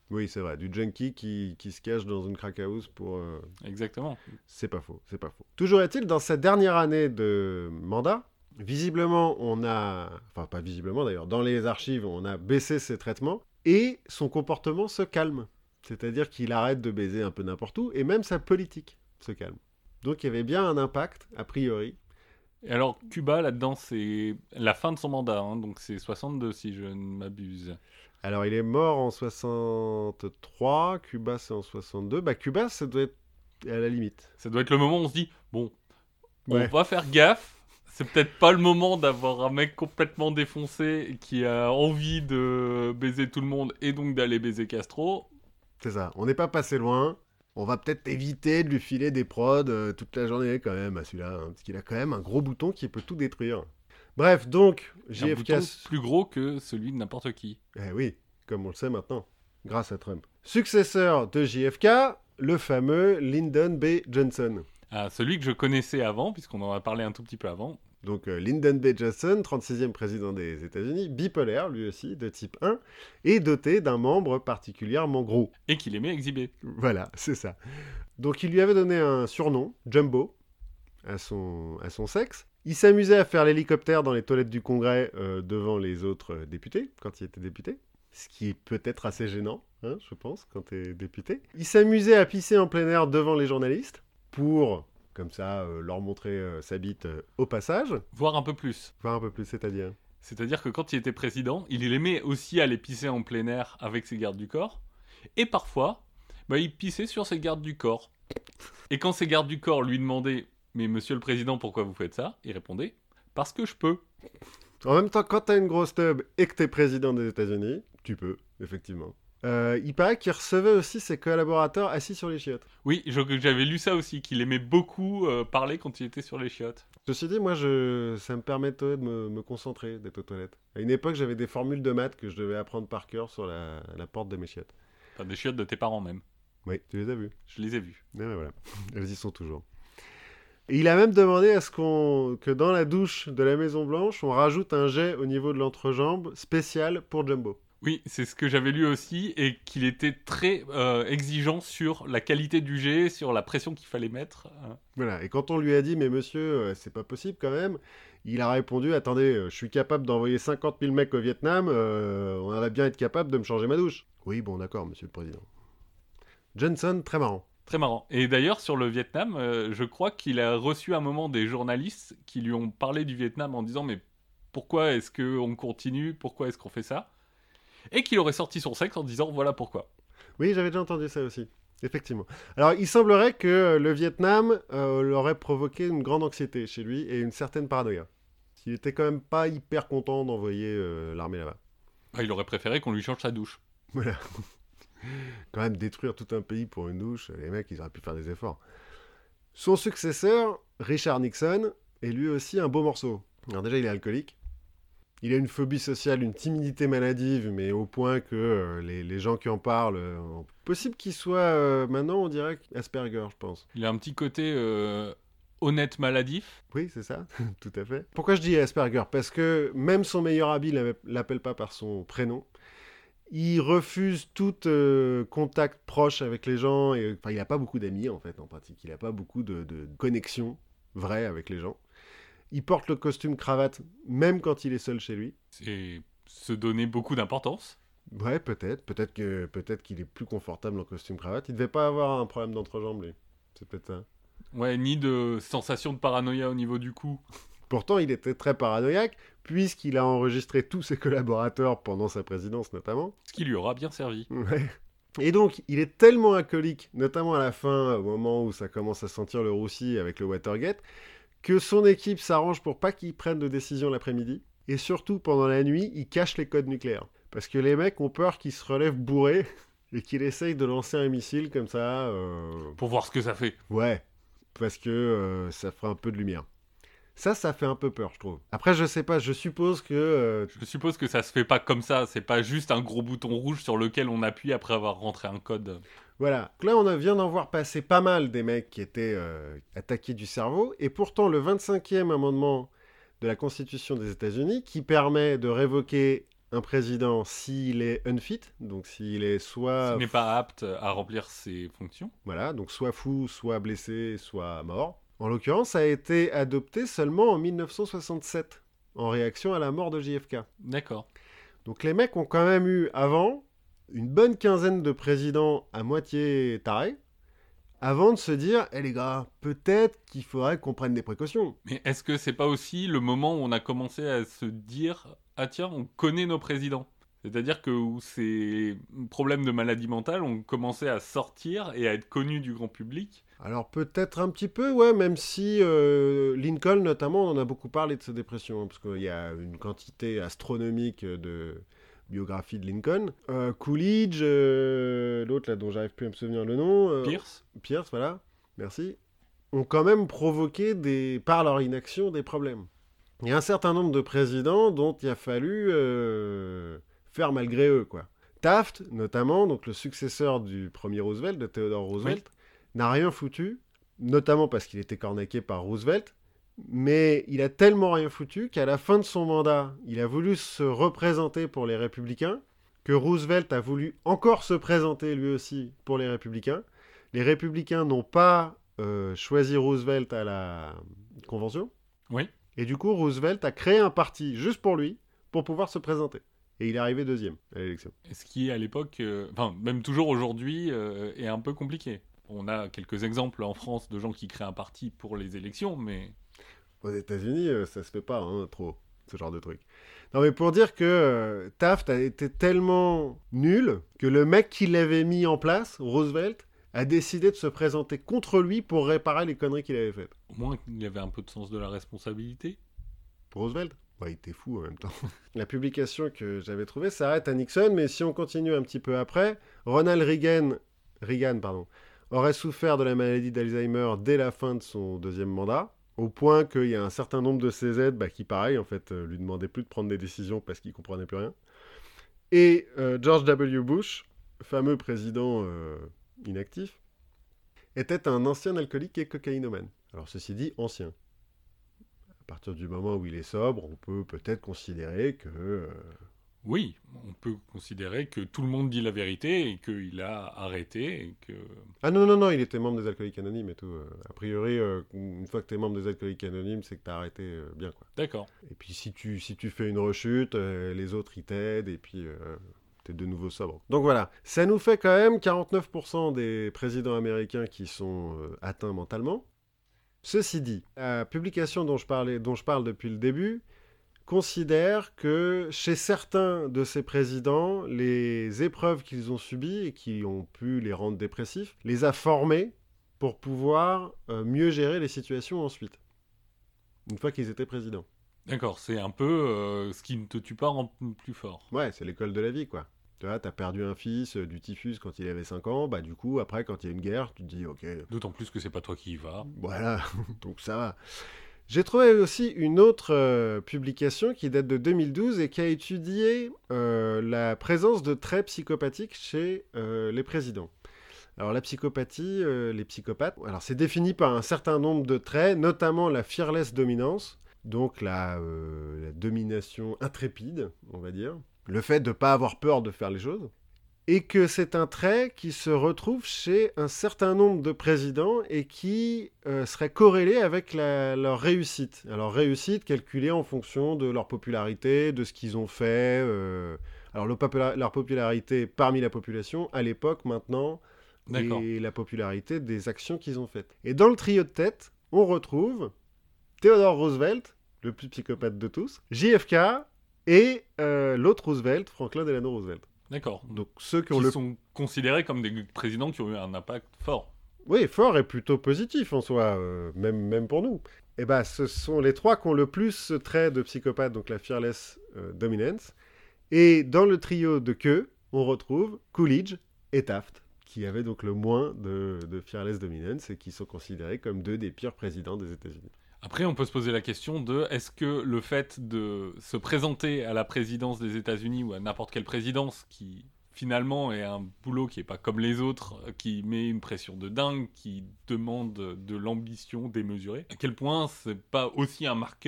Oui, c'est vrai. Du junkie qui, qui se cache dans une crack house pour... euh, Exactement. C'est pas faux, c'est pas faux. Toujours est-il, dans sa dernière année de mandat, visiblement, on a... Enfin, pas visiblement d'ailleurs, dans les archives, on a baissé ses traitements et son comportement se calme. C'est-à-dire qu'il arrête de baiser un peu n'importe où et même sa politique se calme. Donc il y avait bien un impact, a priori. Et alors, Cuba, là-dedans, c'est la fin de son mandat, hein, donc c'est soixante-deux si je ne m'abuse. Alors il est mort en soixante-trois, Cuba c'est en soixante-deux. Bah Cuba, ça doit être à la limite. Ça doit être le moment où on se dit, bon, Ouais. on va faire gaffe. C'est peut-être pas le moment d'avoir un mec complètement défoncé qui a envie de baiser tout le monde et donc d'aller baiser Castro. C'est ça, on n'est pas passé loin. On va peut-être éviter de lui filer des prods euh, toute la journée quand même à celui-là, hein, parce qu'il a quand même un gros bouton qui peut tout détruire. Bref, donc, Un J F K... bouton plus gros que celui de n'importe qui. Eh oui, comme on le sait maintenant, grâce à Trump. Successeur de J F K, le fameux Lyndon B. Johnson. Ah, celui que je connaissais avant, puisqu'on en a parlé un tout petit peu avant. Donc euh, Lyndon B. Johnson, trente-sixième président des États-Unis, bipolaire lui aussi, de type un, et doté d'un membre particulièrement gros. Et qu'il aimait exhiber. Voilà, c'est ça. Donc il lui avait donné un surnom, Jumbo, à son, à son sexe. Il s'amusait à faire l'hélicoptère dans les toilettes du Congrès euh, devant les autres euh, députés, quand il était député. Ce qui est peut-être assez gênant, hein, je pense, quand tu es député. Il s'amusait à pisser en plein air devant les journalistes, pour, comme ça, euh, leur montrer euh, sa bite euh, au passage. Voire un peu plus. Voir un peu plus, c'est-à-dire... C'est-à-dire que quand il était président, il aimait aussi aller pisser en plein air avec ses gardes du corps. Et parfois, bah, il pissait sur ses gardes du corps. Et quand ses gardes du corps lui demandaient « Mais monsieur le président, pourquoi vous faites ça ?» il répondait « Parce que je peux. » En même temps, quand t'as une grosse tub et que t'es président des États-Unis, tu peux, effectivement. Euh, il paraît qu'il recevait aussi ses collaborateurs assis sur les chiottes. Oui, je- j'avais lu ça aussi, qu'il aimait beaucoup euh, parler quand il était sur les chiottes. Ceci dit, moi, je... ça me permettait de me, me concentrer, d'être aux toilettes. À une époque, j'avais des formules de maths que je devais apprendre par cœur sur la, la porte de mes chiottes. Enfin, des chiottes de tes parents même. Oui, tu les as vues. Je les ai vus. Ah, ben voilà, elles y sont toujours. Et il a même demandé à ce qu'on, que dans la douche de la Maison Blanche, on rajoute un jet au niveau de l'entrejambe spécial pour Jumbo. Oui, c'est ce que j'avais lu aussi, et qu'il était très euh, exigeant sur la qualité du jet, sur la pression qu'il fallait mettre. euh. Voilà, et quand on lui a dit, mais monsieur, euh, c'est pas possible quand même, il a répondu, attendez, euh, je suis capable d'envoyer cinquante mille mecs au Vietnam, euh, on va bien être capable de me changer ma douche. Oui, bon, d'accord, monsieur le président. Johnson, très marrant. Très marrant. Et d'ailleurs, sur le Vietnam, euh, je crois qu'il a reçu un moment des journalistes qui lui ont parlé du Vietnam en disant « Mais pourquoi est-ce qu'on continue ? Pourquoi est-ce qu'on fait ça ?» Et qu'il aurait sorti son sexe en disant « Voilà pourquoi. » Oui, j'avais déjà entendu ça aussi, effectivement. Alors, il semblerait que le Vietnam euh, l'aurait provoqué une grande anxiété chez lui et une certaine paranoïa. Il était quand même pas hyper content d'envoyer euh, l'armée là-bas. Ah, il aurait préféré qu'on lui change sa douche. Voilà. Quand même détruire tout un pays pour une douche, les mecs, ils auraient pu faire des efforts. Son successeur, Richard Nixon, est lui aussi un beau morceau. Alors déjà, il est alcoolique. Il a une phobie sociale, une timidité maladive, mais au point que euh, les, les gens qui en parlent... euh, possible qu'il soit, euh, maintenant, on dirait Asperger, je pense. Il a un petit côté euh, honnête maladif. Oui, c'est ça, tout à fait. Pourquoi je dis Asperger ? Parce que même son meilleur ami ne l'appelle pas par son prénom. Il refuse tout euh, contact proche avec les gens. Et, enfin, il n'a pas beaucoup d'amis, en fait, en pratique. Il n'a pas beaucoup de, de connexions vraies avec les gens. Il porte le costume cravate, même quand il est seul chez lui. C'est se donner beaucoup d'importance. Ouais, peut-être. Peut-être que, peut-être qu'il est plus confortable en costume cravate. Il devait pas avoir un problème d'entrejambe, lui. C'est peut-être ça. Ouais, ni de sensation de paranoïa au niveau du cou. Pourtant, il était très paranoïaque, puisqu'il a enregistré tous ses collaborateurs pendant sa présidence, notamment. Ce qui lui aura bien servi. Ouais. Et donc, il est tellement alcoolique, notamment à la fin, au moment où ça commence à sentir le roussi avec le Watergate, que son équipe s'arrange pour pas qu'il prenne de décision l'après-midi. Et surtout, pendant la nuit, il cache les codes nucléaires. Parce que les mecs ont peur qu'il se relève bourré et qu'il essaye de lancer un missile comme ça. Euh... Pour voir ce que ça fait. Ouais, parce que euh, ça fera un peu de lumière. Ça, ça fait un peu peur, je trouve. Après, je sais pas, je suppose que... Euh... Je suppose que ça se fait pas comme ça. C'est pas juste un gros bouton rouge sur lequel on appuie après avoir rentré un code. Voilà. Donc là, on a- vient d'en voir passer pas mal des mecs qui étaient euh, attaqués du cerveau. Et pourtant, le vingt-cinquième amendement de la Constitution des États-Unis, qui permet de révoquer un président s'il est unfit, donc s'il est soit... S'il n'est pas apte à remplir ses fonctions. Voilà, donc soit fou, soit blessé, soit mort. En l'occurrence, ça a été adopté seulement en mille neuf cent soixante-sept, en réaction à la mort de J F K. D'accord. Donc les mecs ont quand même eu, avant, une bonne quinzaine de présidents à moitié tarés, avant de se dire, eh les gars, peut-être qu'il faudrait qu'on prenne des précautions. Mais est-ce que c'est pas aussi le moment où on a commencé à se dire « Ah tiens, on connaît nos présidents ». C'est-à-dire que où ces problèmes de maladie mentale ont commencé à sortir et à être connus du grand public. Alors peut-être un petit peu, ouais, même si euh, Lincoln, notamment, on en a beaucoup parlé de sa dépression, hein, parce qu'il y a une quantité astronomique de biographies de Lincoln. Euh, Coolidge, euh, l'autre là dont j'arrive plus à me souvenir le nom. Euh, Pierce. Pierce, voilà, merci. Ont quand même provoqué, des, par leur inaction, des problèmes. Il y a un certain nombre de présidents dont il a fallu euh, faire malgré eux, quoi. Taft, notamment, donc le successeur du premier Roosevelt, de Theodore Roosevelt, oui. n'a rien foutu, notamment parce qu'il était cornaqué par Roosevelt, mais il a tellement rien foutu qu'à la fin de son mandat, il a voulu se représenter pour les Républicains, que Roosevelt a voulu encore se présenter lui aussi pour les Républicains. Les Républicains n'ont pas euh, choisi Roosevelt à la convention. Oui. Et du coup, Roosevelt a créé un parti juste pour lui, pour pouvoir se présenter. Et il est arrivé deuxième à l'élection. Ce qui, à l'époque, euh, enfin, même toujours aujourd'hui, euh, est un peu compliqué. On a quelques exemples en France de gens qui créent un parti pour les élections, mais... Aux États-Unis, euh, ça se fait pas, hein, trop, ce genre de truc. Non, mais pour dire que euh, Taft a été tellement nul que le mec qui l'avait mis en place, Roosevelt, a décidé de se présenter contre lui pour réparer les conneries qu'il avait faites. Au moins, il y avait un peu de sens de la responsabilité. Roosevelt ? Ouais, il était fou en même temps. La publication que j'avais trouvée s'arrête à Nixon, mais si on continue un petit peu après, Ronald Reagan, Reagan pardon, aurait souffert de la maladie d'Alzheimer dès la fin de son deuxième mandat, au point qu'il y a un certain nombre de ses aides bah, qui, pareil, en fait, euh, lui demandaient plus de prendre des décisions parce qu'il comprenait plus rien. Et euh, George W. Bush, fameux président euh, inactif, était un ancien alcoolique et cocaïnomane. Alors ceci dit, ancien. À partir du moment où il est sobre, on peut peut-être considérer que... Euh... Oui, on peut considérer que tout le monde dit la vérité et qu'il a arrêté et que... Ah non, non, non, il était membre des Alcooliques Anonymes et tout. A priori, euh, une fois que t'es membre des Alcooliques Anonymes, c'est que t'as arrêté euh, bien, quoi. D'accord. Et puis si tu, si tu fais une rechute, euh, les autres, ils t'aident et puis... Euh... t'es de nouveau sobre. Donc voilà, ça nous fait quand même quarante-neuf pour cent des présidents américains qui sont euh, atteints mentalement. Ceci dit, la publication dont je, parlais, dont je parle depuis le début considère que chez certains de ces présidents, les épreuves qu'ils ont subies et qui ont pu les rendre dépressifs, les a formés pour pouvoir euh, mieux gérer les situations ensuite, une fois qu'ils étaient présidents. D'accord, c'est un peu euh, ce qui ne te tue pas rend plus fort. Ouais, c'est l'école de la vie, quoi. Tu vois, t'as perdu un fils euh, du typhus quand il avait cinq ans, bah du coup, après, quand il y a une guerre, tu te dis, ok... D'autant plus que c'est pas toi qui y vas. Voilà, donc ça va. J'ai trouvé aussi une autre euh, publication qui date de deux mille douze et qui a étudié euh, la présence de traits psychopathiques chez euh, les présidents. Alors la psychopathie, euh, les psychopathes, alors c'est défini par un certain nombre de traits, notamment la fearless dominance, donc la, euh, la domination intrépide, on va dire. Le fait de ne pas avoir peur de faire les choses, et que c'est un trait qui se retrouve chez un certain nombre de présidents et qui euh, serait corrélé avec la, leur réussite. Alors réussite calculée en fonction de leur popularité, de ce qu'ils ont fait. Euh... Alors le popula- leur popularité parmi la population à l'époque, maintenant, D'accord. Et la popularité des actions qu'ils ont faites. Et dans le trio de tête, on retrouve Theodore Roosevelt, le plus psychopathe de tous, J F K et euh, l'autre Roosevelt, Franklin Delano Roosevelt. D'accord. Donc ceux qui, ont qui le... sont considérés comme des présidents qui ont eu un impact fort. Oui, fort et plutôt positif en soi, euh, même, même pour nous. Et ben, ce sont les trois qui ont le plus ce trait de psychopathe, donc la fearless euh, dominance. Et dans le trio de queue, on retrouve Coolidge et Taft, qui avaient donc le moins de, de fearless dominance et qui sont considérés comme deux des pires présidents des États-Unis. Après, on peut se poser la question de est-ce que le fait de se présenter à la présidence des États-Unis ou à n'importe quelle présidence qui finalement est un boulot qui n'est pas comme les autres, qui met une pression de dingue, qui demande de l'ambition démesurée, à quel point c'est pas aussi un marqueur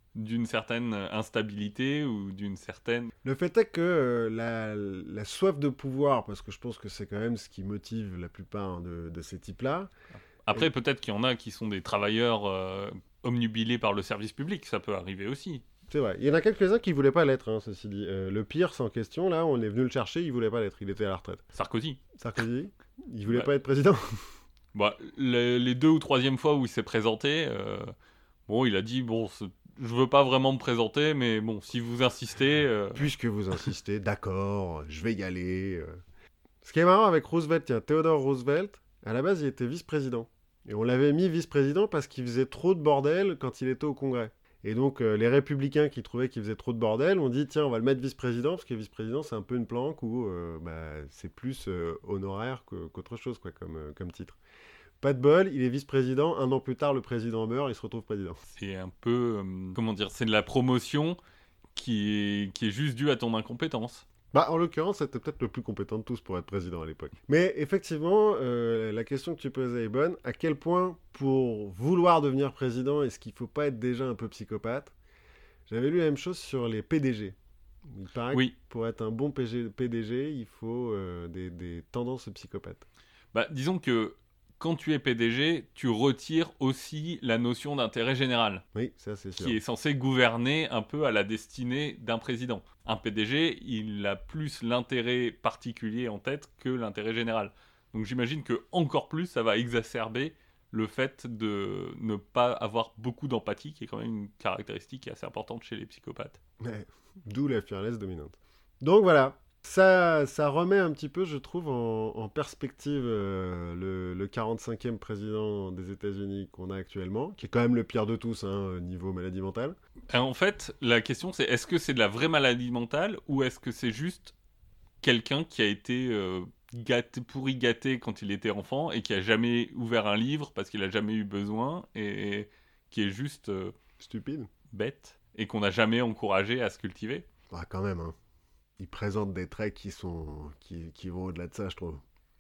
d'une certaine instabilité ou d'une certaine... Le fait est que euh, la, la soif de pouvoir, parce que je pense que c'est quand même ce qui motive la plupart de, de ces types-là. Après, Et... peut-être qu'il y en a qui sont des travailleurs euh, omnubilés par le service public, ça peut arriver aussi. C'est vrai. Il y en a quelques-uns qui voulaient pas l'être, hein, ceci dit. Euh, le pire, sans question, là, on est venu le chercher, il voulait pas l'être, il était à la retraite. Sarkozy. Sarkozy, il voulait Ouais. pas être président. Bah, les, les deux ou troisième fois où il s'est présenté, euh, bon, il a dit, bon, c'est- je veux pas vraiment me présenter, mais bon, si vous insistez... euh, Puisque vous insistez, d'accord, je vais y aller. euh. Ce qui est marrant avec Roosevelt, tiens, Theodore Roosevelt, à la base, il était vice-président. Et on l'avait mis vice-président parce qu'il faisait trop de bordel quand il était au Congrès. Et donc, euh, les républicains qui trouvaient qu'il faisait trop de bordel ont dit, tiens, on va le mettre vice-président, parce que vice-président, c'est un peu une planque où euh, bah, c'est plus euh, honoraire que- qu'autre chose, quoi, comme, euh, comme titre. Pas de bol, il est vice-président, un an plus tard, le président meurt, il se retrouve président. C'est un peu... euh, comment dire, c'est de la promotion qui est, qui est juste due à ton incompétence. Bah, en l'occurrence, c'était peut-être le plus compétent de tous pour être président à l'époque. Mais effectivement, euh, la question que tu posais est bonne. À quel point, pour vouloir devenir président, est-ce qu'il ne faut pas être déjà un peu psychopathe? J'avais lu la même chose sur les P D G. Il paraît Oui. que pour être un bon P G P D G, il faut euh, des, des tendances psychopathes. Bah, disons que quand tu es P D G, tu retires aussi la notion d'intérêt général, Oui, ça c'est sûr. qui est censé gouverner un peu à la destinée d'un président. Un P D G, il a plus l'intérêt particulier en tête que l'intérêt général. Donc j'imagine que encore plus, ça va exacerber le fait de ne pas avoir beaucoup d'empathie, qui est quand même une caractéristique assez importante chez les psychopathes. Ouais, d'où la fearless dominante. Donc voilà, ça, ça remet un petit peu, je trouve, en, en perspective euh, le, le quarante-cinquième président des États-Unis qu'on a actuellement, qui est quand même le pire de tous, hein, niveau maladie mentale. Et en fait, la question c'est est-ce que c'est de la vraie maladie mentale ou est-ce que c'est juste quelqu'un qui a été euh, gâté, pourri gâté quand il était enfant et qui a jamais ouvert un livre parce qu'il a jamais eu besoin et, et qui est juste euh, Stupide. bête et qu'on n'a jamais encouragé à se cultiver. Ah, quand même, hein. Il présente des traits qui, sont, qui, qui vont au-delà de ça, je trouve.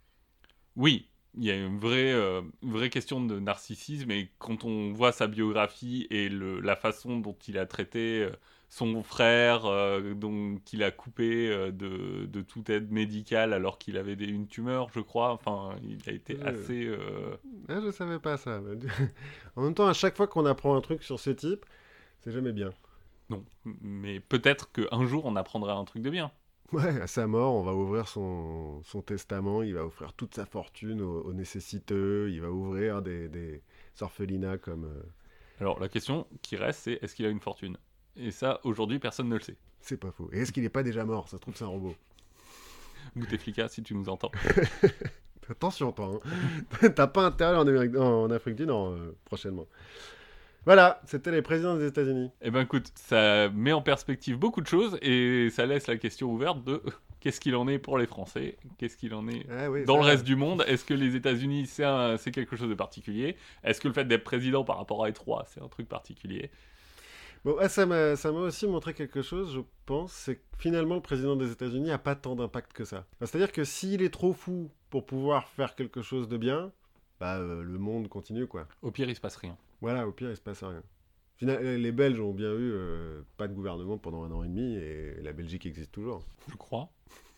Oui, il y a une vraie, euh, une vraie question de narcissisme et quand on voit sa biographie et le, la façon dont il a traité euh, son frère, euh, dont il a coupé euh, de, de toute aide médicale alors qu'il avait des, une tumeur, je crois. Enfin, il a été Euh. assez... euh, Ah, je savais pas ça. En même temps, à chaque fois qu'on apprend un truc sur ce type, c'est jamais bien. Non, mais peut-être qu'un jour on apprendra un truc de bien. Ouais, à sa mort, on va ouvrir son, son testament, il va offrir toute sa fortune aux, aux nécessiteux, il va ouvrir des, des orphelinats comme... euh, Alors la question qui reste, c'est est-ce qu'il a une fortune? Et ça, aujourd'hui, personne ne le sait. C'est pas faux. Et est-ce qu'il est pas déjà mort? Ça se trouve, c'est un robot. Bouteflika, si tu nous entends. Attention, toi. Hein. T'as pas intérêt en, Amérique... en Afrique du Nord euh, prochainement. Voilà, c'était les présidents des États-Unis. Eh ben écoute, ça met en perspective beaucoup de choses et ça laisse la question ouverte de qu'est-ce qu'il en est pour les Français, qu'est-ce qu'il en est Ah oui, dans ça... le reste du monde. Est-ce que les États-Unis c'est, un, c'est quelque chose de particulier? Est-ce que le fait d'être président par rapport à être roi c'est un truc particulier? Bon, ah, ça m'a ça m'a aussi montré quelque chose, je pense, c'est que finalement le président des États-Unis a pas tant d'impact que ça. Enfin, c'est-à-dire que s'il est trop fou pour pouvoir faire quelque chose de bien, bah euh, le monde continue quoi. Au pire, il se passe rien. Voilà, au pire, il se passe rien. Final- les Belges ont bien eu euh, pas de gouvernement pendant un an et demi et la Belgique existe toujours. Je crois.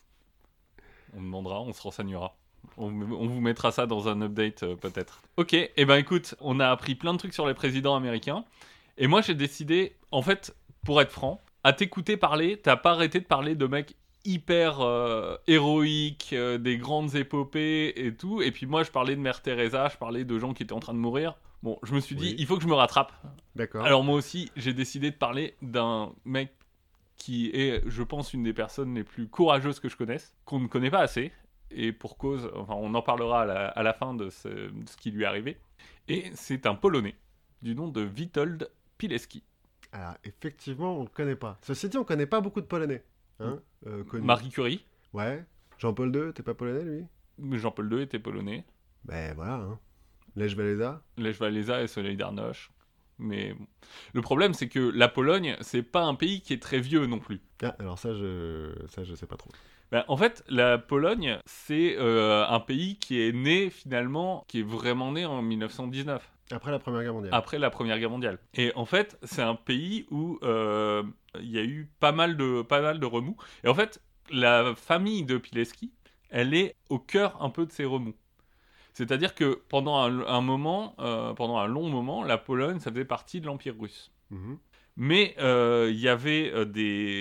On demandera, on se renseignera. On, on vous mettra ça dans un update euh, peut-être. Ok, et eh ben écoute, on a appris plein de trucs sur les présidents américains. Et moi j'ai décidé, en fait, pour être franc, à t'écouter parler, t'as pas arrêté de parler de mecs hyper euh, héroïques, euh, des grandes épopées et tout. Et puis moi je parlais de Mère Teresa, je parlais de gens qui étaient en train de mourir. Bon, je me suis dit, Oui. il faut que je me rattrape. D'accord. Alors moi aussi, j'ai décidé de parler d'un mec qui est, je pense, une des personnes les plus courageuses que je connaisse, qu'on ne connaît pas assez, et pour cause, enfin on en parlera à la, à la fin de ce, de ce qui lui est arrivé. Et c'est un Polonais, du nom de Witold Pilecki. Alors, effectivement, on le connaît pas. Ceci dit, on connaît pas beaucoup de Polonais. Hein, euh, connus. Marie Curie, Ouais. Jean-Paul deux, t'es pas polonais, lui? Jean-Paul deux était polonais, Ben voilà, hein. Lech Walesa. Lech Walesa et Solidarność. Mais bon. Le problème, c'est que la Pologne, c'est pas un pays qui est très vieux non plus. Ah, alors ça, je ça je sais pas trop. Ben, en fait, la Pologne, c'est euh, un pays qui est né finalement, qui est vraiment né en mille neuf cent dix-neuf. Après la Première Guerre mondiale. Après la Première Guerre mondiale. Et en fait, c'est un pays où euh, il y a eu pas mal de, pas mal de remous. Et en fait, la famille de Pilecki, elle est au cœur un peu de ces remous. C'est-à-dire que pendant un, un moment, euh, pendant un long moment, la Pologne, ça faisait partie de l'Empire russe. Mmh. Mais il euh, y avait euh,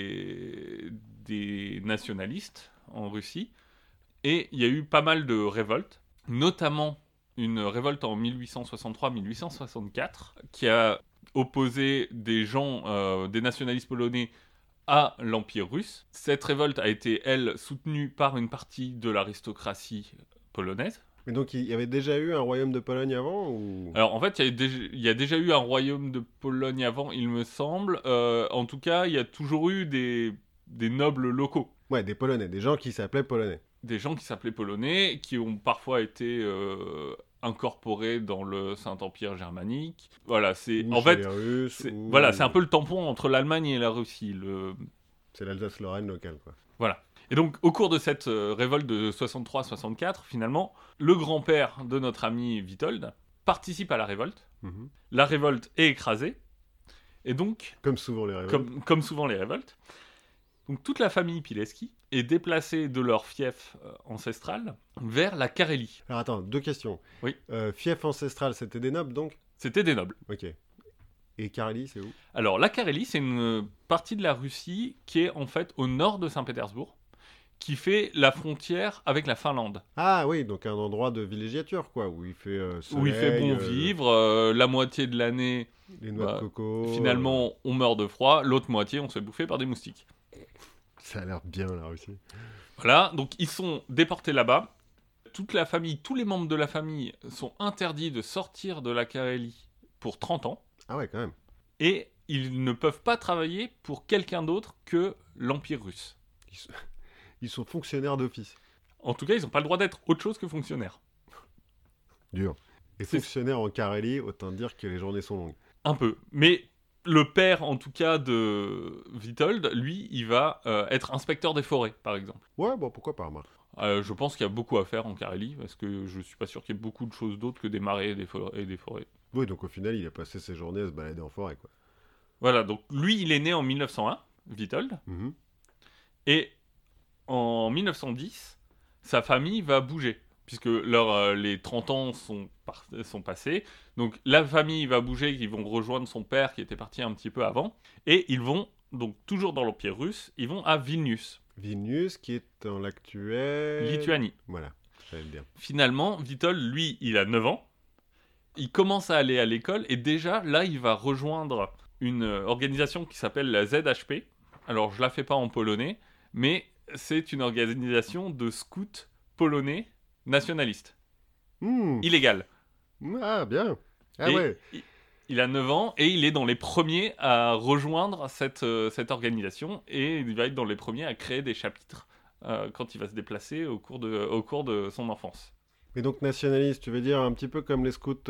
des, des nationalistes en Russie, et il y a eu pas mal de révoltes, notamment une révolte en mille huit cent soixante-trois mille huit cent soixante-quatre, qui a opposé des gens, euh, des nationalistes polonais, à l'Empire russe. Cette révolte a été, elle, soutenue par une partie de l'aristocratie polonaise. Mais donc, il y avait déjà eu un royaume de Pologne avant ou... Alors, en fait, il y, a déjà, il y a déjà eu un royaume de Pologne avant, il me semble. Euh, en tout cas, il y a toujours eu des, des nobles locaux. Ouais, des Polonais, des gens qui s'appelaient Polonais. Des gens qui s'appelaient Polonais, qui ont parfois été euh, incorporés dans le Saint-Empire germanique. Voilà, c'est... Ou en chez fait, les Russes, c'est, ou... voilà, c'est un peu le tampon entre l'Allemagne et la Russie. Le... C'est l'Alsace-Lorraine locale, quoi. Voilà. Et donc, au cours de cette euh, révolte de soixante-trois soixante-quatre, finalement, le grand-père de notre ami Witold participe à la révolte. Mmh. La révolte est écrasée. Et donc, Comme souvent les révoltes. comme, comme souvent les révoltes, donc toute la famille Pilecki est déplacée de leur fief euh, ancestral vers la Carélie. Alors attends, deux questions. Oui. Euh, fief ancestral, c'était des nobles, donc? C'était des nobles. Ok. Et Carélie, c'est où? Alors, la Carélie, c'est une partie de la Russie qui est en fait au nord de Saint-Pétersbourg, qui fait la frontière avec la Finlande. Ah oui, donc un endroit de villégiature, quoi, où il fait euh, soleil, Où il fait bon euh, vivre, euh, la moitié de l'année, les noix bah, de coco. finalement, on meurt de froid, l'autre moitié, on se fait bouffer par des moustiques. euh, Ça a l'air bien, la Russie. Voilà, donc ils sont déportés là-bas. Toute la famille, tous les membres de la famille sont interdits de sortir de la Carélie pour trente ans. Ah ouais, quand même. Et ils ne peuvent pas travailler pour quelqu'un d'autre que l'Empire russe. Ils sont, ils sont fonctionnaires d'office. En tout cas, ils n'ont pas le droit d'être autre chose que fonctionnaires. Dur. Et C'est- fonctionnaires en Carélie, autant dire que les journées sont longues. Un peu. Mais le père, en tout cas, de Witold, lui, il va euh, être inspecteur des forêts, par exemple. Ouais, bon, pourquoi pas, remarque. Euh, je pense qu'il y a beaucoup à faire en Carélie, parce que je suis pas sûr qu'il y ait beaucoup de choses d'autres que des marais et des, for- et des forêts. Oui, donc au final, il a passé ses journées à se balader en forêt, quoi. Voilà, donc lui, il est né en mille neuf cent un, Witold, Mhm. et en mille neuf cent dix, sa famille va bouger, puisque leur, euh, les trente ans sont, par- sont passés. Donc la famille va bouger, ils vont rejoindre son père qui était parti un petit peu avant, et ils vont, donc toujours dans l'Empire russe, ils vont à Vilnius, Vilnius, qui est dans l'actuel... Lituanie. Voilà, j'allais le dire. Finalement, Witold, lui, il a neuf ans, il commence à aller à l'école, et déjà, là, il va rejoindre une euh, organisation qui s'appelle la Z H P. Alors, je la fais pas en polonais, mais c'est une organisation de scouts polonais nationalistes. Hmm. Illégal. Ah, bien. Ah Et ouais. il, il a neuf ans, et il est dans les premiers à rejoindre cette, euh, cette organisation, et il va être dans les premiers à créer des chapitres euh, quand il va se déplacer au cours de, au cours de son enfance. Et donc nationaliste, tu veux dire un petit peu comme les scouts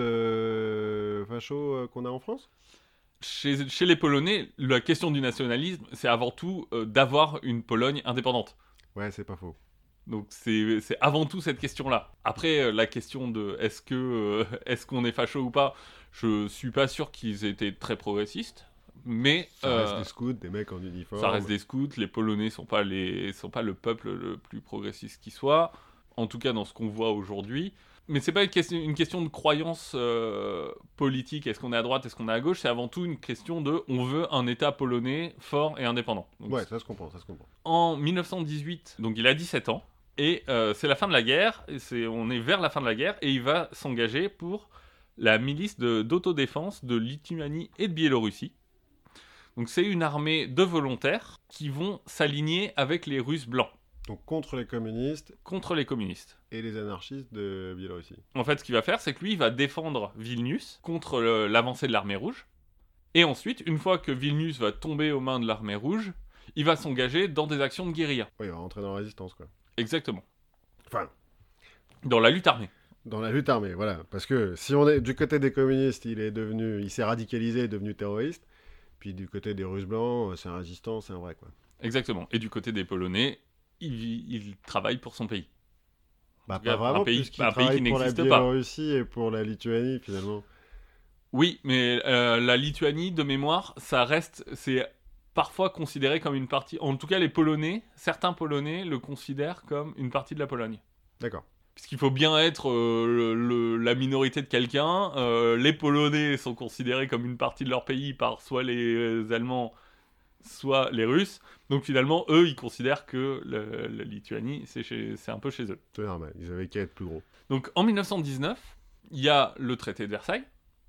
euh, fachos euh, qu'on a en France? Chez, chez les Polonais, la question du nationalisme, c'est avant tout euh, d'avoir une Pologne indépendante. Ouais, c'est pas faux. Donc c'est c'est avant tout cette question-là. Après, euh, la question de est-ce que euh, est-ce qu'on est facho ou pas, je suis pas sûr qu'ils aient été très progressistes, mais Ça euh, reste des scouts, des mecs en uniforme. ça reste des scouts. Les Polonais sont pas les sont pas le peuple le plus progressiste qui soit, en tout cas dans ce qu'on voit aujourd'hui. Mais c'est pas une question, une question de croyance euh, politique, est-ce qu'on est à droite, est-ce qu'on est à gauche, c'est avant tout une question de on veut un État polonais fort et indépendant. Donc, Ouais, ça se comprend, ça se comprend. en mille neuf cent dix-huit, donc il a dix-sept ans, et euh, c'est la fin de la guerre, et c'est, on est vers la fin de la guerre, et il va s'engager pour la milice de, d'autodéfense de Lituanie et de Biélorussie. Donc c'est une armée de volontaires qui vont s'aligner avec les Russes blancs Donc contre les communistes contre les communistes. et les anarchistes de Biélorussie. En fait, ce qu'il va faire, c'est que lui, il va défendre Vilnius contre le- l'avancée de l'armée rouge. Et ensuite, une fois que Vilnius va tomber aux mains de l'armée rouge, il va s'engager dans des actions de guérilla. Ouais, il va rentrer dans la résistance, quoi. Exactement. Enfin, Dans la lutte armée. dans la lutte armée, voilà. Parce que si on est du côté des communistes, il est devenu, il s'est radicalisé, est devenu terroriste. Puis du côté des Russes blancs, c'est un résistant, c'est un vrai, quoi. Exactement. Et du côté des Polonais, il, il travaille pour son pays. Bah tout cas, pas vraiment, un pays- puisqu'il un pays travaille qui pour la n'existe pas. Biélorussie et pour la Lituanie, finalement. Oui, mais euh, la Lituanie, de mémoire, ça reste... C'est parfois considéré comme une partie... En tout cas, les Polonais, certains Polonais le considèrent comme une partie de la Pologne. D'accord. Puisqu'il faut bien être euh, le, le, la minorité de quelqu'un. Euh, les Polonais sont considérés comme une partie de leur pays par soit les Allemands, soit les Russes. Donc finalement, eux, ils considèrent que le, la Lituanie, c'est, chez, c'est un peu chez eux. C'est normal, ils avaient qu'à être plus gros. Donc en dix-neuf cent dix-neuf, il y a le traité de Versailles,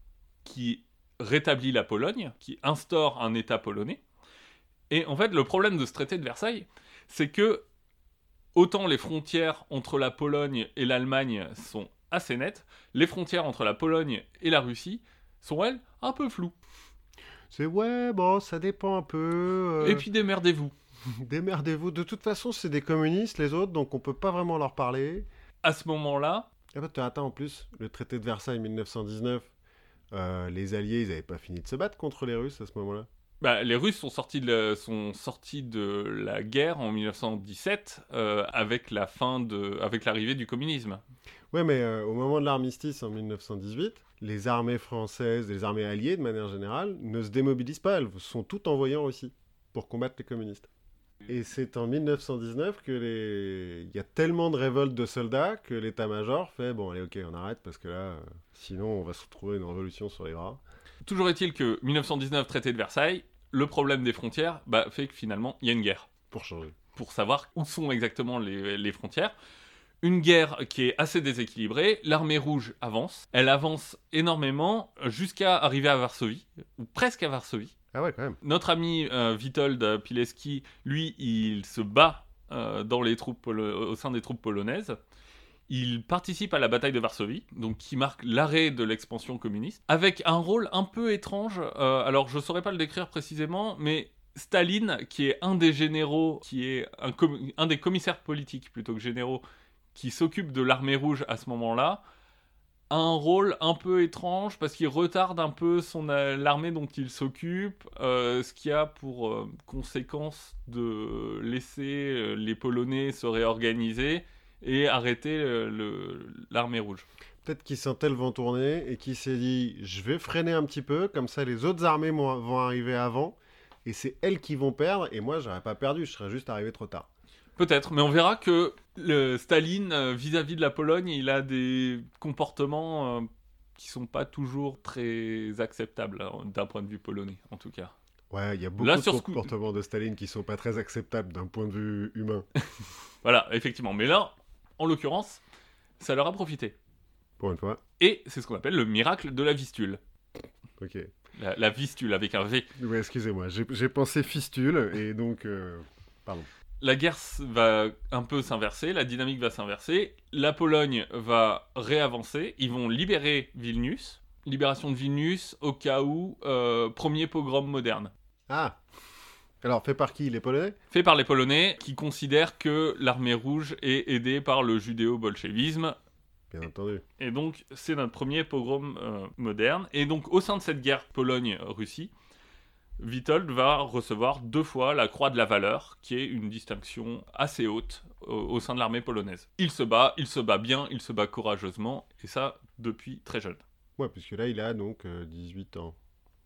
qui rétablit la Pologne, qui instaure un État polonais. Et en fait, le problème de ce traité de Versailles, c'est que autant les frontières entre la Pologne et l'Allemagne sont assez nettes, les frontières entre la Pologne et la Russie sont, elles, un peu floues. C'est ouais, bon, ça dépend un peu. Euh... Et puis démerdez-vous. Démerdez-vous. De toute façon, c'est des communistes, les autres, donc on peut pas vraiment leur parler. À ce moment-là... Ah bah, attends, en plus, le traité de Versailles dix-neuf cent dix-neuf, euh, les Alliés, ils avaient pas fini de se battre contre les Russes à ce moment-là. Bah, les Russes sont sortis de la, sont sortis de la guerre en dix-neuf cent dix-sept euh, avec la fin de, avec l'arrivée du communisme. Ouais, mais euh, au moment de l'armistice en dix-neuf cent dix-huit, les armées françaises, les armées alliées de manière générale, ne se démobilisent pas. Elles sont toutes envoyées en Russie pour combattre les communistes. Et c'est en dix-neuf cent dix-neuf que les... il y a tellement de révoltes de soldats que l'état-major fait bon, allez, ok, on arrête parce que là, euh, sinon on va se retrouver une révolution sur les bras. Toujours est-il que dix-neuf cent dix-neuf, traité de Versailles, le problème des frontières bah, fait que finalement, il y a une guerre. Pour changer. Pour savoir où sont exactement les, les frontières. Une guerre qui est assez déséquilibrée. L'armée rouge avance. Elle avance énormément jusqu'à arriver à Varsovie, ou presque à Varsovie. Ah ouais, quand même. Notre ami euh, Witold Pilecki, lui, il se bat euh, dans les troupes polo- au sein des troupes polonaises. Il participe à la bataille de Varsovie, donc qui marque l'arrêt de l'expansion communiste, avec un rôle un peu étrange. Euh, alors, je ne saurais pas le décrire précisément, mais Staline, qui est un des généraux, qui est un, com- un des commissaires politiques plutôt que généraux, qui s'occupe de l'armée rouge à ce moment-là, a un rôle un peu étrange parce qu'il retarde un peu son, euh, l'armée dont il s'occupe, euh, ce qui a pour euh, conséquence de laisser euh, les Polonais se réorganiser et arrêter euh, le, l'armée rouge. Peut-être qu'il sentait le vent tourner et qu'il s'est dit je vais freiner un petit peu, comme ça les autres armées vont, vont arriver avant et c'est elles qui vont perdre et moi j'aurais pas perdu, je serais juste arrivé trop tard. Peut-être, mais on verra que le Staline, euh, vis-à-vis de la Pologne, il a des comportements euh, qui sont pas toujours très acceptables hein, d'un point de vue polonais, en tout cas. Ouais, il y a beaucoup Là, de sur ce comportements coup... de Staline qui sont pas très acceptables d'un point de vue humain. Voilà, effectivement. Mais là, en l'occurrence, ça leur a profité. Pour une fois. Et c'est ce qu'on appelle le miracle de la Vistule. Ok. La, la Vistule avec un V. Ouais, excusez-moi, j'ai, j'ai pensé fistule et donc... Euh... Pardon. La guerre va un peu s'inverser, la dynamique va s'inverser, la Pologne va réavancer, ils vont libérer Vilnius, libération de Vilnius au cas où, euh, premier pogrom moderne. Ah. Alors, fait par qui, les Polonais ? Fait par les Polonais, qui considèrent que l'armée rouge est aidée par le judéo-bolchevisme. Bien entendu. Et donc, c'est notre premier pogrom euh, moderne. Et donc, au sein de cette guerre Pologne-Russie, Witold va recevoir deux fois la Croix de la Valeur, qui est une distinction assez haute au, au sein de l'armée polonaise. Il se bat, il se bat bien, il se bat courageusement, et ça depuis très jeune. Ouais, puisque là, il a donc euh, dix-huit ans.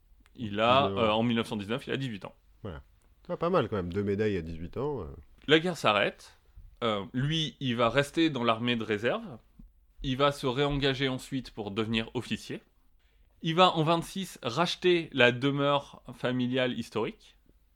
Il a, euh, en dix-neuf cent dix-neuf, il a dix-huit ans. Voilà. Ah, pas mal quand même, deux médailles à dix-huit ans. Euh... La guerre s'arrête. Euh, lui, il va rester dans l'armée de réserve. Il va se réengager ensuite pour devenir officier. Il va en vingt-six racheter la demeure familiale historique.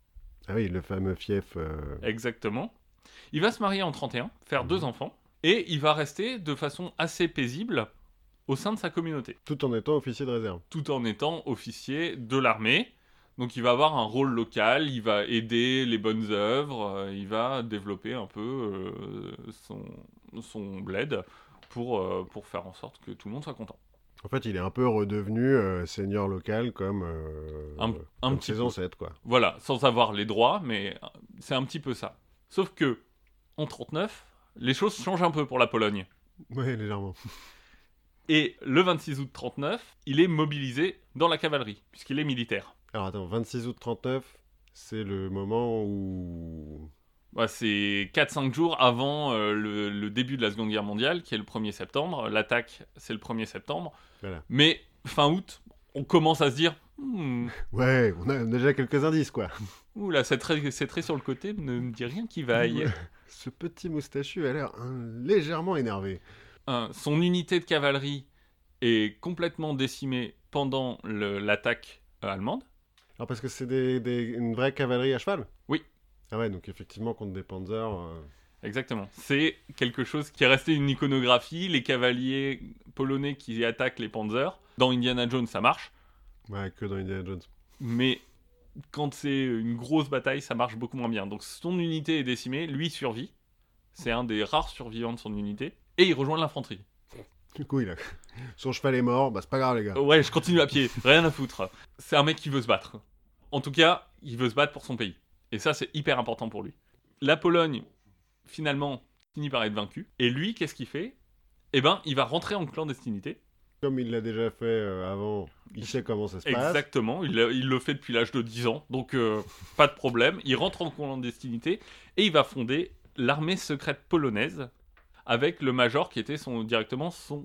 Ah oui, le fameux fief. Euh... Exactement. Il va se marier en trente et un, faire mmh. deux enfants. Et il va rester de façon assez paisible au sein de sa communauté. Tout en étant officier de réserve. Tout en étant officier de l'armée. Donc il va avoir un rôle local, il va aider les bonnes œuvres, euh, il va développer un peu euh, son, son bled pour, euh, pour faire en sorte que tout le monde soit content. En fait, il est un peu redevenu euh, seigneur local comme, euh, un, un comme petit ses peu. ancêtres, quoi. Voilà, sans avoir les droits, mais c'est un petit peu ça. Sauf que, en trente-neuf, les choses changent un peu pour la Pologne. Oui, légèrement. Et le vingt-six août trente-neuf, il est mobilisé dans la cavalerie, puisqu'il est militaire. Alors attends, vingt-six août trente-neuf, c'est le moment où... Bah, c'est quatre cinq jours avant euh, le, le début de la Seconde Guerre mondiale, qui est le premier septembre. L'attaque, c'est le premier septembre. Voilà. Mais fin août, on commence à se dire hmm, Ouais, on a déjà quelques indices, quoi. ouh là, cette trait, cette trait sur le côté ne me dit rien qui vaille. Ce petit moustachu a l'air hein, légèrement énervé. Euh, son unité de cavalerie est complètement décimée pendant le- l'attaque euh, allemande. Alors parce que c'est des, des- une vraie cavalerie à cheval? Oui. Ah ouais, donc effectivement contre des panzers... euh, Exactement. C'est quelque chose qui est resté une iconographie. Les cavaliers polonais qui attaquent les panzers. Dans Indiana Jones, ça marche. Ouais, que dans Indiana Jones. Mais quand c'est une grosse bataille, ça marche beaucoup moins bien. Donc son unité est décimée, lui survit. C'est un des rares survivants de son unité. Et il rejoint l'infanterie. Du coup, il a... son cheval est mort, bah c'est pas grave les gars. Ouais, je continue à pied, rien à foutre. C'est un mec qui veut se battre. En tout cas, il veut se battre pour son pays. Et ça, c'est hyper important pour lui. La Pologne, finalement, finit par être vaincue. Et lui, qu'est-ce qu'il fait? Eh ben, il va rentrer en clandestinité. Comme il l'a déjà fait euh, avant, il sait comment ça se passe. Exactement, il, il le fait depuis l'âge de dix ans, donc euh, pas de problème. Il rentre en clandestinité et il va fonder l'armée secrète polonaise avec le major qui était son, directement son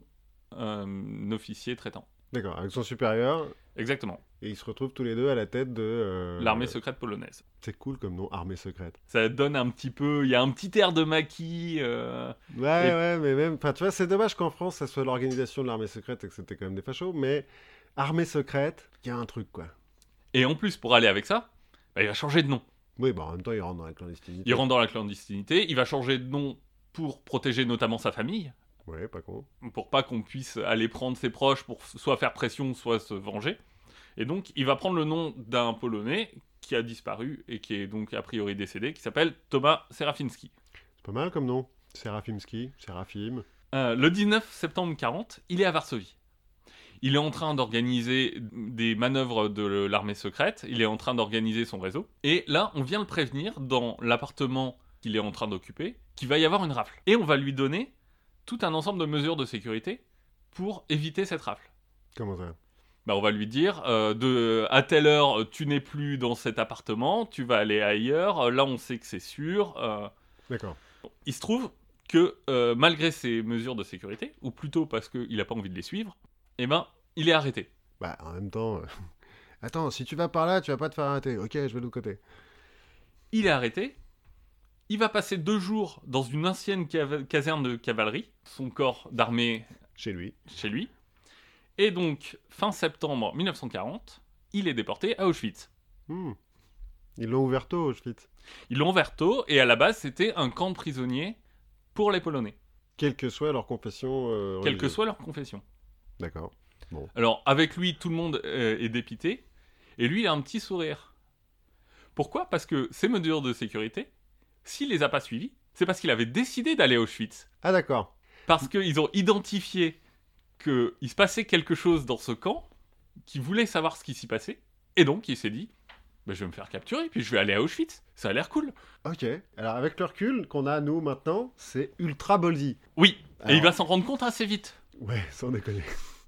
euh, officier traitant. D'accord, avec son supérieur, Exactement, et ils se retrouvent tous les deux à la tête de... euh, l'armée secrète polonaise. C'est cool comme nom, armée secrète. Ça donne un petit peu, il y a un petit air de maquis. euh, Ouais, Et- ouais, mais même... Enfin, tu vois, c'est dommage qu'en France, ça soit l'organisation de l'armée secrète et que c'était quand même des fachos, mais armée secrète, il y a un truc, quoi. Et en plus, pour aller avec ça, bah, il va changer de nom. Oui, bah en même temps, il rentre dans la clandestinité. Il rentre dans la clandestinité, il va changer de nom pour protéger notamment sa famille, Ouais, pas con. pour pas qu'on puisse aller prendre ses proches pour soit faire pression, soit se venger. Et donc, il va prendre le nom d'un Polonais qui a disparu et qui est donc a priori décédé, qui s'appelle Thomas Serafinski. C'est pas mal comme nom. Serafimski, Sérafim. Euh, le dix-neuf septembre quarante, il est à Varsovie. Il est en train d'organiser des manœuvres de l'armée secrète, il est en train d'organiser son réseau. Et là, on vient le prévenir dans l'appartement qu'il est en train d'occuper qu'il va y avoir une rafle. Et on va lui donner tout un ensemble de mesures de sécurité pour éviter cette rafle. Comment ça? Bah, on va lui dire, euh, de, à telle heure, tu n'es plus dans cet appartement, tu vas aller ailleurs, euh, là on sait que c'est sûr. euh. D'accord. Il se trouve que euh, malgré ces mesures de sécurité, ou plutôt parce qu'il n'a pas envie de les suivre, eh ben, il est arrêté. Bah, en même temps... euh, Attends, si tu vas par là, tu vas pas te faire arrêter. Ok, je vais de l'autre côté. Il est arrêté, il va passer deux jours dans une ancienne cava- caserne de cavalerie, son corps d'armée Chez lui. chez lui, et donc, fin septembre mille neuf cent quarante, il est déporté à Auschwitz. Hmm. Ils l'ont ouvert tôt, Auschwitz. Ils l'ont ouvert tôt, et à la base, c'était un camp de prisonniers pour les Polonais, Quelle que soit leur confession euh, quelle que religieuse. soit leur confession. D'accord. Alors, avec lui, tout le monde euh, est dépité, et lui, il a un petit sourire. Pourquoi? Parce que ces mesures de sécurité, s'il les a pas suivies, c'est parce qu'il avait décidé d'aller à Auschwitz. Ah d'accord. Parce qu'ils ont identifié qu'il se passait quelque chose dans ce camp, qui voulait savoir ce qui s'y passait, et donc il s'est dit, bah, je vais me faire capturer, puis je vais aller à Auschwitz, ça a l'air cool. Ok. Alors avec le recul qu'on a nous maintenant, c'est ultra ballsy. Oui, et Alors- il va s'en rendre compte assez vite. Ouais, sans déconner.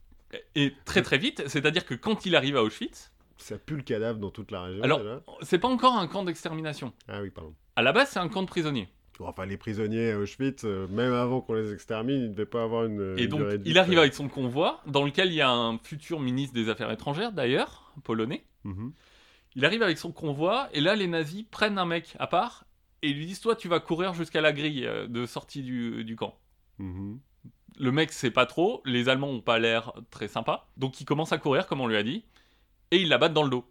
Et très très vite, c'est-à-dire que quand il arrive à Auschwitz, Ça pue le cadavre dans toute la région alors, déjà. c'est pas encore un camp d'extermination. Ah oui, pardon. À la base, c'est un camp de prisonniers. Bon, enfin, les prisonniers à Auschwitz, euh, même avant qu'on les extermine, ils ne devaient pas avoir une. Et une donc, durée de vie il arrive très- avec son convoi, dans lequel il y a un futur ministre des Affaires étrangères, d'ailleurs, polonais. Mhm. Il arrive avec son convoi, et là, les nazis prennent un mec à part, et lui disent, toi, tu vas courir jusqu'à la grille euh, de sortie du, du camp. Mhm. Le mec sait pas trop, les Allemands ont pas l'air très sympas, donc il commence à courir, comme on lui a dit, et ils la battent dans le dos.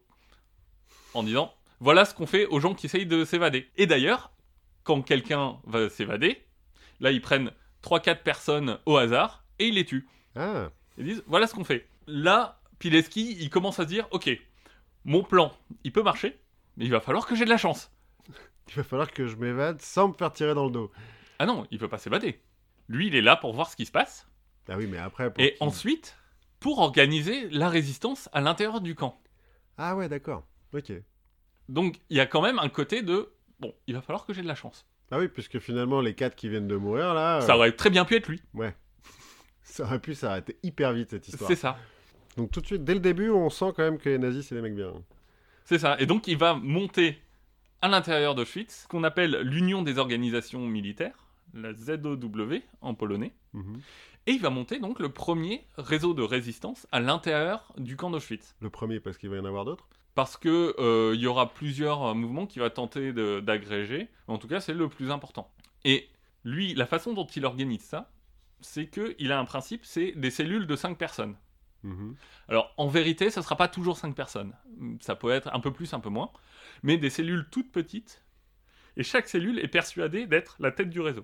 En disant, voilà ce qu'on fait aux gens qui essayent de s'évader. Et d'ailleurs, quand quelqu'un va s'évader, là, ils prennent trois quatre personnes au hasard, et ils les tuent. Ah, Ils disent, voilà ce qu'on fait. Là, Pileski, il commence à se dire, ok, mon plan, il peut marcher, mais il va falloir que j'ai de la chance. il va falloir que je m'évade sans me faire tirer dans le dos. Ah non, il peut pas s'évader. Lui, il est là pour voir ce qui se passe, Ah oui, mais après. Pour et qu'il- ensuite, pour organiser la résistance à l'intérieur du camp. Ah ouais, d'accord. Ok. Donc, il y a quand même un côté de, bon, il va falloir que j'ai de la chance. Ah oui, puisque finalement, les quatre qui viennent de mourir là. Ça euh, aurait très bien pu être lui. Ouais. Ça aurait pu s'arrêter hyper vite cette histoire. C'est ça. Donc tout de suite, dès le début, on sent quand même que les nazis, c'est des mecs bien. C'est ça. Et donc, il va monter à l'intérieur d'Auschwitz ce qu'on appelle l'Union des organisations militaires, la Z O W en polonais. Mhm. Et il va monter donc le premier réseau de résistance à l'intérieur du camp d'Auschwitz. Le premier, parce qu'il va y en avoir d'autres. Parce que euh, il y aura plusieurs euh, mouvements qu'il va tenter de- d'agréger. En tout cas, c'est le plus important. Et lui, la façon dont il organise ça, c'est qu'il a un principe, c'est des cellules de cinq personnes. Mhm. Alors, en vérité, ce ne sera pas toujours cinq personnes. Ça peut être un peu plus, un peu moins. Mais des cellules toutes petites. Et chaque cellule est persuadée d'être la tête du réseau.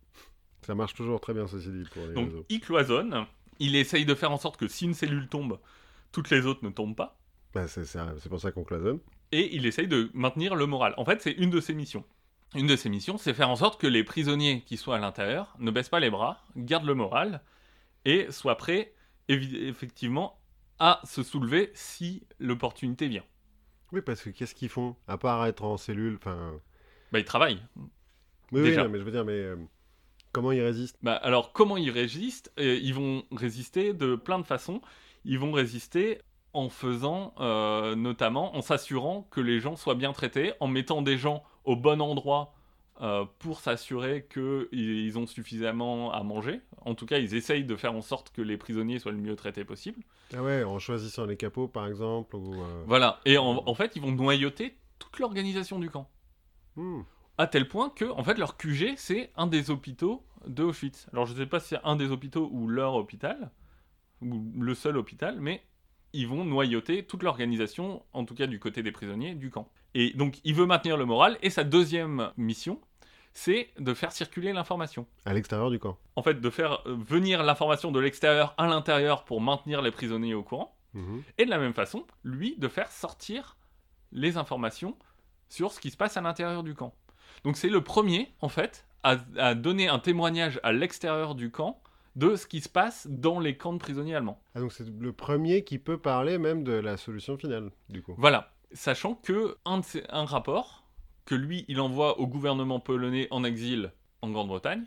Ça marche toujours très bien, ceci dit, pour les Donc, réseaux. il cloisonne. Il essaye de faire en sorte que si une cellule tombe, toutes les autres ne tombent pas. Bah, c'est, c'est, c'est pour ça qu'on cloisonne. Et il essaye de maintenir le moral. En fait, c'est une de ses missions. Une de ses missions, c'est faire en sorte que les prisonniers qui soient à l'intérieur ne baissent pas les bras, gardent le moral et soient prêts, évi- effectivement, à se soulever si l'opportunité vient. Oui, parce que qu'est-ce qu'ils font à part être en cellule, enfin... Bah, ils travaillent. Oui, Déjà. oui, non, mais je veux dire, mais euh, comment ils résistent? Bah, alors, comment ils résistent? Euh, Ils vont résister de plein de façons. Ils vont résister en faisant, euh, notamment, en s'assurant que les gens soient bien traités, en mettant des gens au bon endroit euh, pour s'assurer qu'ils ont suffisamment à manger. En tout cas, ils essayent de faire en sorte que les prisonniers soient le mieux traités possible. Ah ouais, en choisissant les capots, par exemple, ou... euh, Voilà. Et en, en fait, ils vont noyauter toute l'organisation du camp. hmm. À tel point que, en fait, leur Q G, c'est un des hôpitaux de Auschwitz. Alors, je ne sais pas si c'est un des hôpitaux ou leur hôpital, ou le seul hôpital, mais ils vont noyauter toute l'organisation, en tout cas du côté des prisonniers, du camp. Et donc, il veut maintenir le moral, et sa deuxième mission, c'est de faire circuler l'information. À l'extérieur du camp. En fait, de faire euh, venir l'information de l'extérieur à l'intérieur pour maintenir les prisonniers au courant, Mhm. et de la même façon, lui, de faire sortir les informations sur ce qui se passe à l'intérieur du camp. Donc c'est le premier, en fait, à, à donner un témoignage à l'extérieur du camp de ce qui se passe dans les camps de prisonniers allemands. Ah, donc c'est le premier qui peut parler même de la solution finale, du coup. Voilà, sachant que un, de ces- un rapport que lui, il envoie au gouvernement polonais en exil en Grande-Bretagne,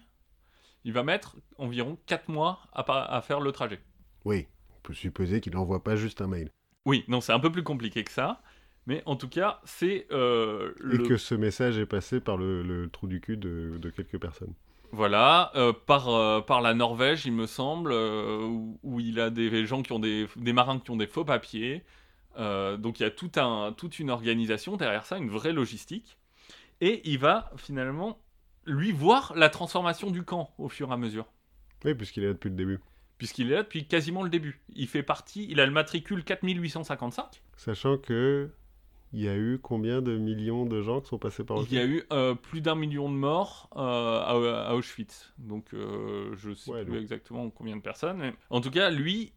il va mettre environ quatre mois à, pa- à faire le trajet. Oui, on peut supposer qu'il n'envoie pas juste un mail. Oui, non, c'est un peu plus compliqué que ça, mais en tout cas, c'est euh, Et le... que ce message est passé par le, le trou du cul de, de quelques personnes. Voilà, euh, par, euh, par la Norvège, il me semble, euh, où, où il a des gens qui ont des, des marins qui ont des faux papiers. Euh, donc il y a tout un, toute une organisation derrière ça, une vraie logistique. Et il va finalement, lui, voir la transformation du camp au fur et à mesure. Oui, puisqu'il est là depuis le début. Puisqu'il est là depuis quasiment le début. Il fait partie, il a le matricule quatre mille huit cent cinquante-cinq. Sachant que il y a eu combien de millions de gens qui sont passés par Il y a eu euh, plus d'un million de morts euh, à, à Auschwitz. Donc euh, je ne sais Ouais, plus donc. exactement combien de personnes. Mais... En tout cas, lui,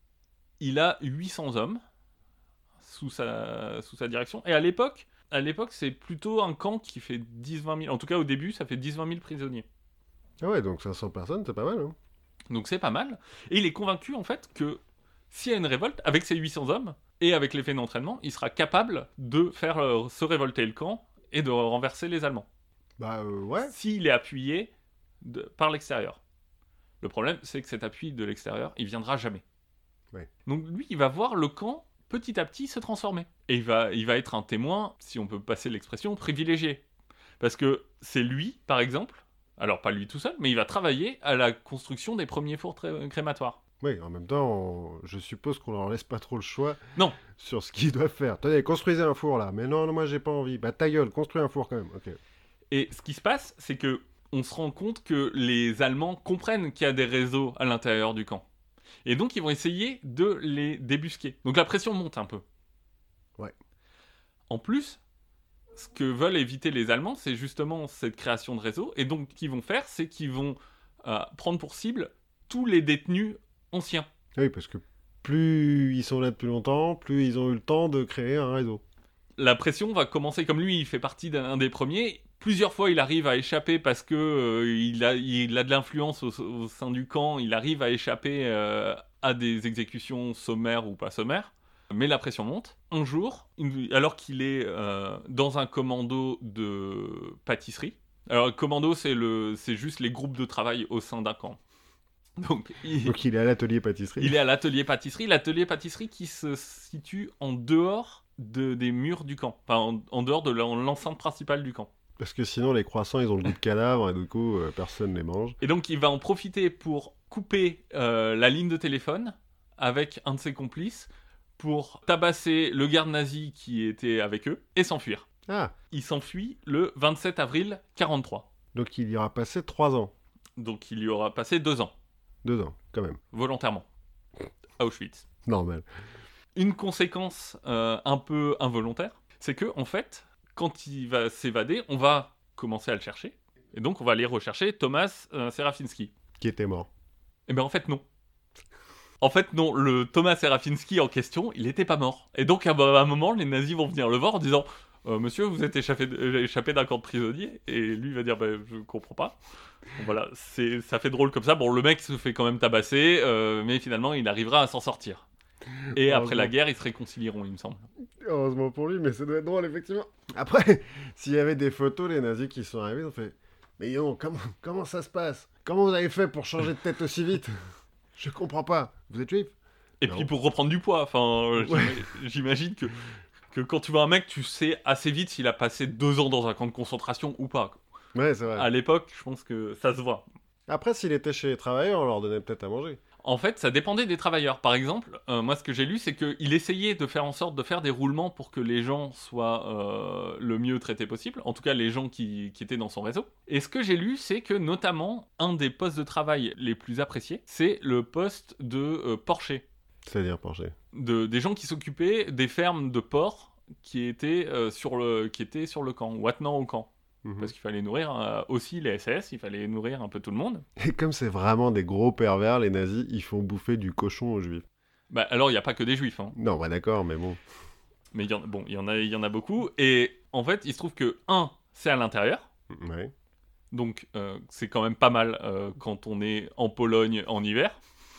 il a huit cents hommes sous sa, sous sa direction. Et à l'époque, à l'époque, c'est plutôt un camp qui fait dix à vingt mille. En tout cas, au début, ça fait dix à vingt mille prisonniers. Ah ouais, donc cinq cents personnes, c'est pas mal, hein. Donc c'est pas mal. Et il est convaincu, en fait, que s'il y a une révolte, avec ses huit cents hommes, et avec l'effet d'entraînement, il sera capable de faire euh, se révolter le camp et de renverser les Allemands. Bah euh, ouais. S'il est appuyé de, par l'extérieur. Le problème, c'est que cet appui de l'extérieur, il viendra jamais. Ouais. Donc lui, il va voir le camp petit à petit se transformer. Et il va, il va être un témoin, si on peut passer l'expression, privilégié. Parce que c'est lui, par exemple, alors pas lui tout seul, mais il va travailler à la construction des premiers fours tré- crématoires. Oui, en même temps, on- je suppose qu'on leur laisse pas trop le choix Non. sur ce qu'ils doivent faire. Tenez, construisez un four là. Mais non, non moi j'ai pas envie. Bah ta gueule, construis un four quand même. Ok. Et ce qui se passe, c'est que on se rend compte que les Allemands comprennent qu'il y a des réseaux à l'intérieur du camp. Et donc, ils vont essayer de les débusquer. Donc, la pression monte un peu. Ouais. En plus, ce que veulent éviter les Allemands, c'est justement cette création de réseaux. Et donc, ce qu'ils vont faire, c'est qu'ils vont euh, prendre pour cible tous les détenus anciens. Oui, parce que plus ils sont là depuis longtemps, plus ils ont eu le temps de créer un réseau. La pression va commencer, comme lui, il fait partie d'un des premiers. Plusieurs fois, il arrive à échapper parce que euh, il, a, il a de l'influence au, au sein du camp. Il arrive à échapper euh, à des exécutions sommaires ou pas sommaires. Mais la pression monte. Un jour, il- alors qu'il est euh, dans un commando de pâtisserie. Alors, le commando, c'est, le, c'est juste les groupes de travail au sein d'un camp. Donc, il, Donc il est à l'atelier pâtisserie. il est à l'atelier pâtisserie. L'atelier pâtisserie qui se situe en dehors de, des murs du camp. Enfin, en, en dehors de l'en- l'enceinte principale du camp. Parce que sinon, les croissants, ils ont le goût de cadavre et du coup, euh, personne ne les mange. Et donc, il va en profiter pour couper euh, la ligne de téléphone avec un de ses complices pour tabasser le garde nazi qui était avec eux et s'enfuir. Ah, Il s'enfuit le vingt-sept avril quarante-trois. donc il y aura passé trois ans. Donc, il y aura passé deux ans, Deux ans, quand même. volontairement, à Auschwitz. Normal. Une conséquence euh, un peu involontaire, c'est que en fait, quand il va s'évader, on va commencer à le chercher. Et donc, on va aller rechercher Thomas euh, Serafinski. Qui était mort. Eh bien, en fait, non. En fait, non. Le Thomas Serafinski en question, il n'était pas mort. Et donc, à un moment, les nazis vont venir le voir en disant euh, Monsieur, vous êtes échappé, euh, échappé d'un camp de prisonniers. Et lui, il va dire bah, Je comprends pas. Bon, voilà, c'est, ça fait drôle comme ça. Bon, le mec se fait quand même tabasser, euh, mais finalement, il arrivera à s'en sortir. Et après la guerre, ils se réconcilieront, il me semble. Heureusement pour lui, mais ça doit être drôle, effectivement. Après, s'il y avait des photos, les nazis qui sont arrivés, ils ont fait Mais non, comment, comment ça se passe? Comment vous avez fait pour changer de tête aussi vite? Je comprends pas. Vous êtes juif? Et Non. puis pour reprendre du poids, enfin, euh, Ouais. j'ima- j'imagine que, que quand tu vois un mec, tu sais assez vite s'il a passé deux ans dans un camp de concentration ou pas. Ouais, c'est vrai. À l'époque, je pense que ça se voit. Après, s'il était chez les travailleurs, on leur donnait peut-être à manger. En fait, ça dépendait des travailleurs. Par exemple, euh, moi, ce que j'ai lu, c'est qu'il essayait de faire en sorte de faire des roulements pour que les gens soient euh, le mieux traités possible. En tout cas, les gens qui, qui étaient dans son réseau. Et ce que j'ai lu, c'est que notamment, un des postes de travail les plus appréciés, c'est le poste de euh, porcher. C'est-à-dire pencher. De, des gens qui s'occupaient des fermes de porcs qui étaient, euh, sur, le, qui étaient sur le camp, ou attenant au camp. Mhm. Parce qu'il fallait nourrir euh, aussi les S S, il fallait nourrir un peu tout le monde. Et comme c'est vraiment des gros pervers, les nazis, ils font bouffer du cochon aux juifs. Bah, alors, il n'y a pas que des juifs, hein. Non, bah d'accord, mais bon. Mais il y en, bon, il y en a, il y en a beaucoup. Et en fait, il se trouve que, un, c'est à l'intérieur. Ouais. Donc, euh, c'est quand même pas mal euh, quand on est en Pologne en hiver.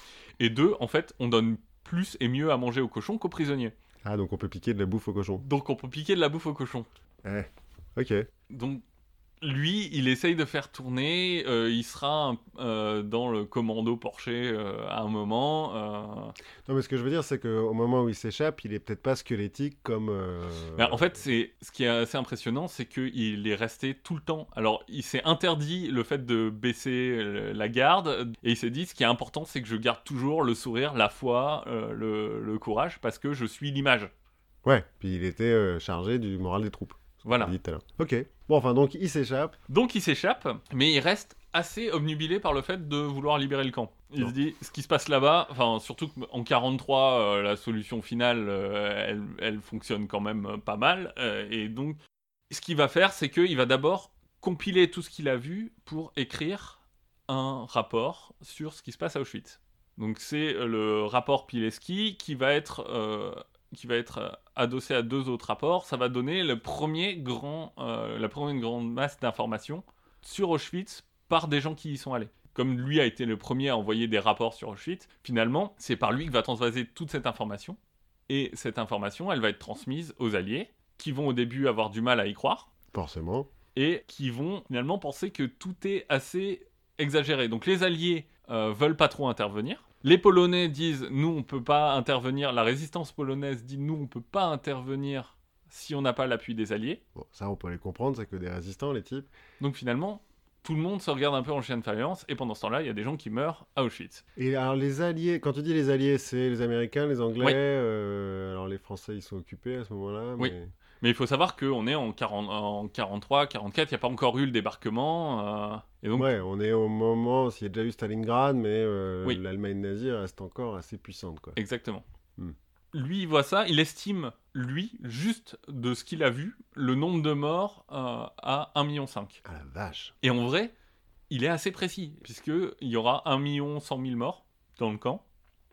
Et deux, en fait, on donne plus et mieux à manger aux cochons qu'aux prisonniers. Ah, donc on peut piquer de la bouffe au cochon. Donc, on peut piquer de la bouffe aux cochons. Eh, ok. Donc, lui, il essaye de faire tourner. Euh, il sera euh, dans le commando Porcher euh, à un moment. Euh... Non, mais ce que je veux dire, c'est qu'au moment où il s'échappe, il est peut-être pas squelettique comme. euh, Ben, en fait, c'est ce qui est assez impressionnant, c'est qu'il est resté tout le temps. Alors, il s'est interdit le fait de baisser euh, la garde, et il s'est dit ce qui est important, c'est que je garde toujours le sourire, la foi, euh, le, le courage, parce que je suis l'image. Ouais, puis il était euh, chargé du moral des troupes. Voilà. On l'a dit tout à l'heure. Ok. Bon, enfin, donc il s'échappe. Donc, il s'échappe, mais il reste assez obnubilé par le fait de vouloir libérer le camp. Il Non. se dit, ce qui se passe là-bas, enfin, surtout qu'en quarante-trois, euh, la solution finale, euh, elle, elle fonctionne quand même euh, pas mal, euh, et donc, ce qu'il va faire, c'est qu'il va d'abord compiler tout ce qu'il a vu pour écrire un rapport sur ce qui se passe à Auschwitz. Donc c'est euh, le rapport Pileski qui va être, euh, qui va être euh, adossé à deux autres rapports. Ça va donner le premier grand, euh, la première grande masse d'informations sur Auschwitz par des gens qui y sont allés. Comme lui a été le premier à envoyer des rapports sur Auschwitz, finalement, c'est par lui que va transvaser toute cette information. Et cette information, elle va être transmise aux Alliés, qui vont au début avoir du mal à y croire, Forcément. et qui vont finalement penser que tout est assez exagéré. Donc les Alliés euh, veulent pas trop intervenir. Les Polonais disent nous on peut pas intervenir. La résistance polonaise dit nous on peut pas intervenir si on n'a pas l'appui des Alliés. Bon, ça, on peut les comprendre, c'est que des résistants, les types. Donc finalement tout le monde se regarde un peu en chien de faïence et pendant ce temps-là il y a des gens qui meurent à Auschwitz. Et alors, les alliés, quand tu dis les alliés, c'est les Américains, les Anglais. Oui. euh, alors, les Français, ils sont occupés à ce moment-là. Oui. Mais... Mais il faut savoir qu'on est en, quarante, en quarante-trois, quarante-quatre, il n'y a pas encore eu le débarquement. Euh, et donc, Ouais, on est au moment, s'il y a déjà eu Stalingrad, mais euh, Oui. l'Allemagne nazie reste encore assez puissante, quoi. Exactement. Hmm. Lui, il voit ça, il estime, lui, juste de ce qu'il a vu, le nombre de morts euh, à un virgule cinq million. Ah la vache. Et en vrai, il est assez précis, puisqu'il y aura un million cent mille morts dans le camp.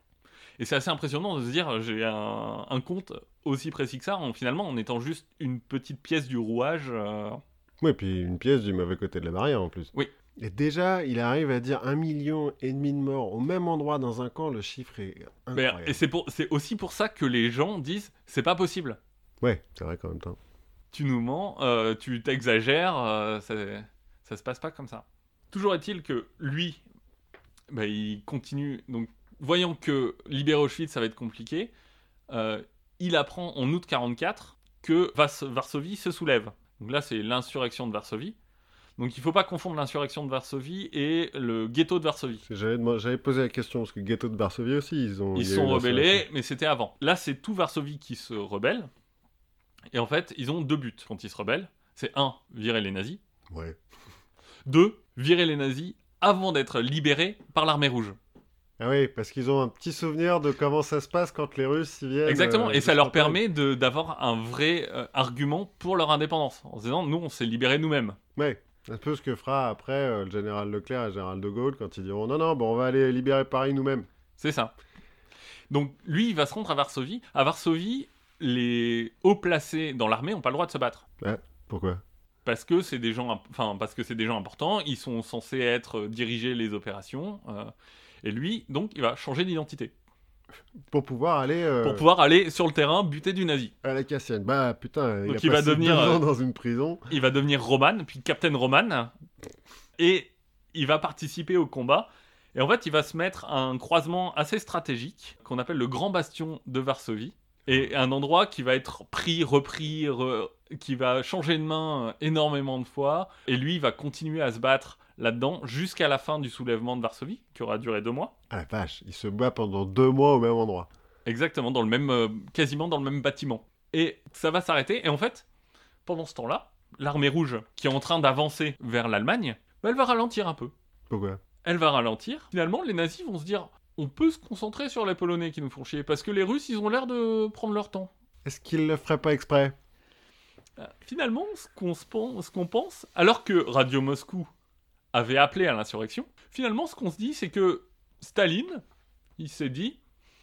Et c'est assez impressionnant de se dire, j'ai un, un compte aussi précis que ça, en, finalement, en étant juste une petite pièce du rouage. Euh... Ouais, puis une pièce du mauvais côté de la barrière, en plus. Oui. Et déjà, il arrive à dire un million et demi de morts au même endroit dans un camp, le chiffre est Mais, incroyable. et c'est, pour, c'est aussi pour ça que les gens disent, c'est pas possible. Ouais, c'est vrai qu'en même temps. Tu nous mens, euh, tu t'exagères, euh, ça, ça se passe pas comme ça. Toujours est-il que lui, bah, il continue. Donc, voyant que libérer Auschwitz, ça va être compliqué, euh, il apprend en août quarante-quatre que Vas- Varsovie se soulève. Donc là, c'est l'insurrection de Varsovie. Donc il ne faut pas confondre l'insurrection de Varsovie et le ghetto de Varsovie. J'avais, demandé- j'avais posé la question, parce que ghetto de Varsovie aussi, ils ont... Ils il y a eu sont l'insurrection. rebellés, mais c'était avant. Là, c'est tout Varsovie qui se rebelle. Et en fait, ils ont deux buts quand ils se rebellent. C'est un, virer les nazis. Ouais. Deux, virer les nazis avant d'être libérés par l'armée rouge. Ah oui, parce qu'ils ont un petit souvenir de comment ça se passe quand les Russes y viennent. Exactement, euh, et ça de leur Champagne. permet de, d'avoir un vrai euh, argument pour leur indépendance. En se disant, nous, on s'est libérés nous-mêmes. Ouais, un peu ce que fera après euh, le général Leclerc et le général de Gaulle quand ils diront non, non, bon, on va aller libérer Paris nous-mêmes. C'est ça. Donc lui, il va se rendre à Varsovie. À Varsovie, les hauts placés dans l'armée n'ont pas le droit de se battre. Pourquoi? Parce que c'est des gens, imp- enfin parce que c'est des gens importants. Ils sont censés être euh, diriger les opérations. euh, et lui, donc, il va changer d'identité Pour pouvoir aller euh, pour pouvoir aller sur le terrain buter du nazi. à la Cassienne. Bah putain, il Donc a il va passé devenir, deux euh, ans dans une prison. Il va devenir Roman, puis Captain Roman, et il va participer au combat. Et en fait, il va se mettre à un croisement assez stratégique qu'on appelle le Grand Bastion de Varsovie, et un endroit qui va être pris, repris, re- qui va changer de main euh, énormément de fois. Et lui, il va continuer à se battre là-dedans jusqu'à la fin du soulèvement de Varsovie, qui aura duré deux mois. Ah la vache, il se bat pendant deux mois au même endroit. Exactement, dans le même, euh, quasiment dans le même bâtiment. Et ça va s'arrêter. Et en fait, pendant ce temps-là, l'armée rouge, qui est en train d'avancer vers l'Allemagne, bah, elle va ralentir un peu. Pourquoi? Elle va ralentir. Finalement, les nazis vont se dire, on peut se concentrer sur les Polonais qui nous font chier, parce que les Russes, ils ont l'air de prendre leur temps. Est-ce qu'il le ferait pas exprès? Euh, Finalement, ce qu'on, se pen- ce qu'on pense, alors que Radio Moscou avait appelé à l'insurrection, finalement, ce qu'on se dit, c'est que Staline, il s'est dit,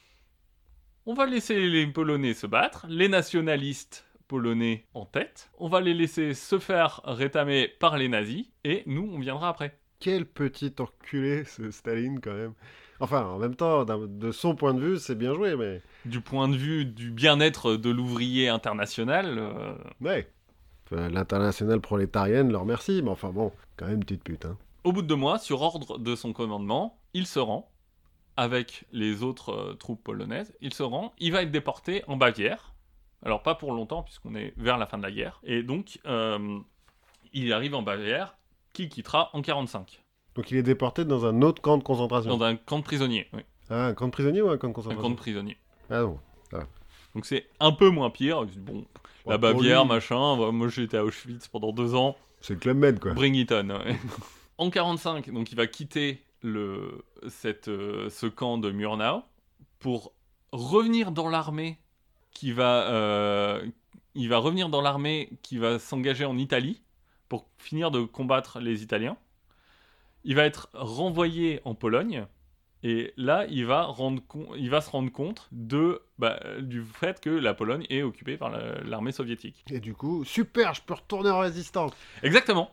on va laisser les Polonais se battre, les nationalistes polonais en tête, on va les laisser se faire rétamer par les nazis, et nous, on viendra après. Quel petit enculé ce Staline quand même. Enfin, en même temps, d'un- de son point de vue, c'est bien joué, mais... Du point de vue du bien-être de l'ouvrier international, euh, Ouais. Enfin, l'internationale prolétarienne leur merci, mais enfin bon, quand même petite pute, hein. au bout de deux mois, sur ordre de son commandement, il se rend, avec les autres euh, troupes polonaises, il se rend, il va être déporté en Bavière. Alors pas pour longtemps, puisqu'on est vers la fin de la guerre. Et donc, euh, il arrive en Bavière, qui quittera en quarante-cinq. Donc il est déporté dans un autre camp de concentration. Dans un camp de prisonniers, oui. Ah, un camp de prisonniers ou un camp de Un concentration? camp de prisonniers. Ah bon. Donc c'est un peu moins pire. Bon, la Bon, pour Bavière, lui, machin, bah, moi j'étais à Auschwitz pendant deux ans. C'est Club Med, quoi. Bring it on. Ouais. En quarante-cinq, donc il va quitter le, cette, euh, ce camp de Murnau pour revenir dans l'armée qui va, euh, il va revenir dans l'armée qui va s'engager en Italie pour finir de combattre les Italiens. Il va être renvoyé en Pologne et là il va, rendre com- il va se rendre compte de, bah, du fait que la Pologne est occupée par la- l'armée soviétique. Et du coup, super, je peux retourner en résistance. Exactement.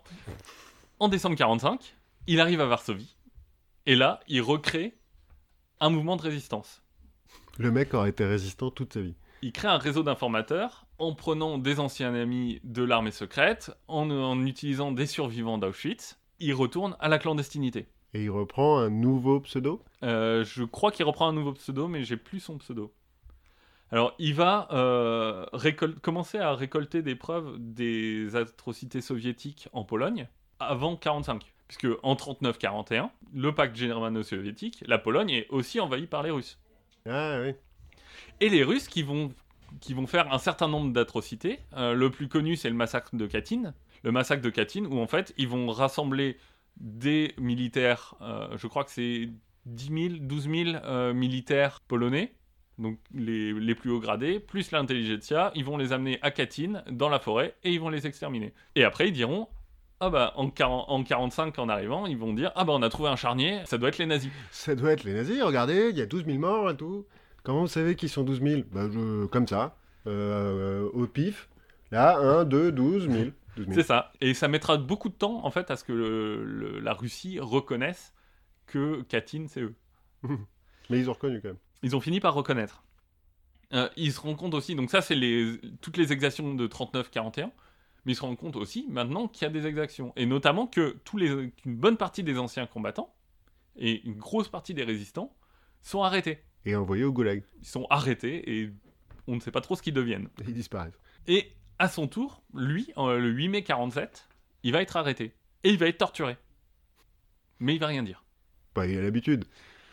En décembre quarante-cinq, il arrive à Varsovie. Et là, il recrée un mouvement de résistance. Le mec aurait été résistant toute sa vie. Il crée un réseau d'informateurs en prenant des anciens amis de l'armée secrète, en, en utilisant des survivants d'Auschwitz. Il retourne à la clandestinité. Et il reprend un nouveau pseudo. Euh, je crois qu'il reprend un nouveau pseudo, mais j'ai plus son pseudo. Alors, il va euh, récol- commencer à récolter des preuves des atrocités soviétiques en Pologne avant quarante-cinq. Puisque en trente-neuf quarante et un, le pacte germano-soviétique, la Pologne est aussi envahie par les Russes. Ah oui. Et les Russes qui vont, qui vont faire un certain nombre d'atrocités. Euh, le plus connu, c'est le massacre de Katyn. Le massacre de Katyn, où en fait, ils vont rassembler des militaires, euh, je crois que c'est dix mille, douze mille euh, militaires polonais, donc les, les plus hauts gradés, plus l'intelligentsia, ils vont les amener à Katyn, dans la forêt, et ils vont les exterminer. Et après, ils diront, ah bah, en, quarante en quarante-cinq, en arrivant, ils vont dire, ah bah, on a trouvé un charnier, ça doit être les nazis. Ça doit être les nazis, regardez, il y a douze mille morts et tout. Comment vous savez qu'ils sont douze mille? Bah, je... comme ça, euh, au pif. Là, un, deux, douze mille. douze mille. C'est ça. Et ça mettra beaucoup de temps, en fait, à ce que le- le- la Russie reconnaisse que Katyn, c'est eux. Mais ils ont reconnu quand même. Ils ont fini par reconnaître. Euh, ils se rendent compte aussi, donc ça, c'est les, toutes les exactions de trente-neuf quarante et un, mais ils se rendent compte aussi, maintenant, qu'il y a des exactions. Et notamment que tous les, qu'une bonne partie des anciens combattants, et une grosse partie des résistants, sont arrêtés. Et envoyés au goulag. Ils sont arrêtés, et on ne sait pas trop ce qu'ils deviennent. Ils disparaissent. Et à son tour, lui, euh, le huit mai quarante-sept, il va être arrêté. Et il va être torturé. Mais il va rien dire. Bah, il a l'habitude.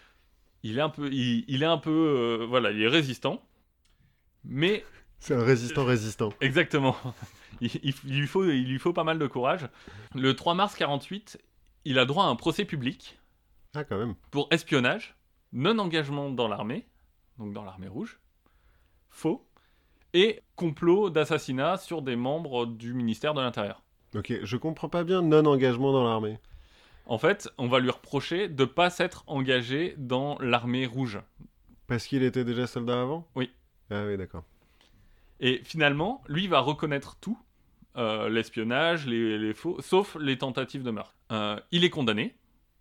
Il est un peu, il, il est un peu, euh, voilà, il est résistant. Mais C'est un résistant résistant. exactement. il, il, il lui faut, il lui faut pas mal de courage. Le trois mars quarante-huit, il a droit à un procès public Ah, quand même. pour espionnage, non-engagement dans l'armée, donc dans l'armée rouge, faux, et complot d'assassinat sur des membres du ministère de l'Intérieur. Ok, je comprends pas bien non-engagement dans l'armée. En fait, on va lui reprocher de ne pas s'être engagé dans l'armée rouge. Parce qu'il était déjà soldat avant? Oui. Ah oui, d'accord. Et finalement, lui va reconnaître tout, euh, l'espionnage, les, les faux, sauf les tentatives de meurtre. Euh, il est condamné,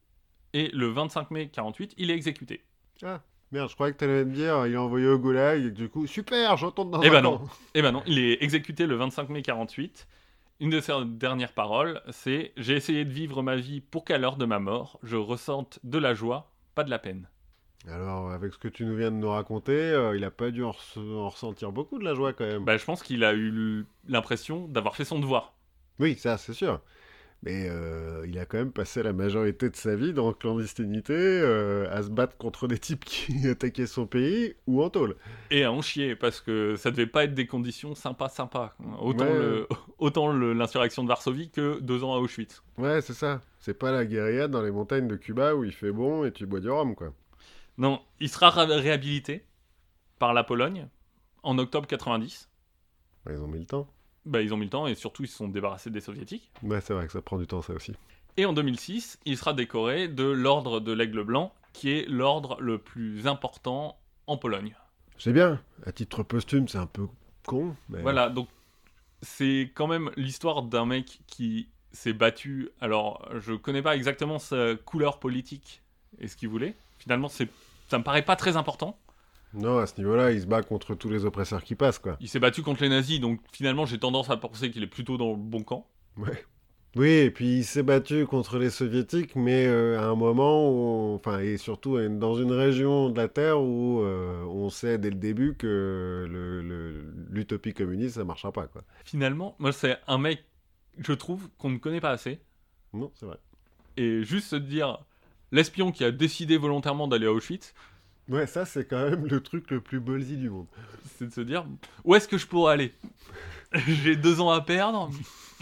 et le vingt-cinq mai quarante-huit, il est exécuté. Ah, merde, je croyais que t'allais me dire, il est envoyé au goulag, et que du coup, super, j'entends dans Eh un ben camp. non. Eh ben non, il est exécuté le vingt-cinq mai quarante-huit. Une de ses dernières paroles, c'est « J'ai essayé de vivre ma vie pour qu'à l'heure de ma mort, je ressente de la joie, pas de la peine. » Alors, avec ce que tu nous viens de nous raconter, euh, il a pas dû en, res- en ressentir beaucoup de la joie quand même. Bah, je pense qu'il a eu l'impression d'avoir fait son devoir. Oui, ça, c'est sûr. Mais euh, il a quand même passé la majorité de sa vie dans la clandestinité, euh, à se battre contre des types qui attaquaient son pays ou en tôle. Et à en chier, parce que ça devait pas être des conditions sympas, sympas. Autant, Ouais. le, autant le- l'insurrection de Varsovie que deux ans à Auschwitz. Ouais, c'est ça. C'est pas la guérilla dans les montagnes de Cuba où il fait bon et tu bois du rhum, quoi. Non, il sera ra- réhabilité par la Pologne en octobre quatre-vingt-dix. Ouais, ils ont mis le temps. Bah, ils ont mis le temps et surtout ils se sont débarrassés des soviétiques. Ouais, c'est vrai que ça prend du temps, ça aussi. Et en deux mille six, il sera décoré de l'ordre de l'Aigle Blanc, qui est l'ordre le plus important en Pologne. C'est bien. À titre posthume, c'est un peu con, mais... Voilà, donc c'est quand même l'histoire d'un mec qui s'est battu. Alors, je connais pas exactement sa couleur politique et ce qu'il voulait. Finalement, c'est, ça me paraît pas très important. Non, à ce niveau-là, il se bat contre tous les oppresseurs qui passent, quoi. Il s'est battu contre les nazis, donc finalement, j'ai tendance à penser qu'il est plutôt dans le bon camp. Ouais. Oui, et puis il s'est battu contre les soviétiques, mais euh, à un moment où, on- enfin, et surtout euh, dans une région de la Terre où euh, on sait dès le début que le- le- l'utopie communiste, ça marchera pas, quoi. Finalement, moi, c'est un mec, je trouve, qu'on ne connaît pas assez. Non, c'est vrai. Et juste se dire, l'espion qui a décidé volontairement d'aller à Auschwitz, Ouais, ça, c'est quand même le truc le plus ballsy du monde. c'est de se dire, où est-ce que je pourrais aller? J'ai deux ans à perdre.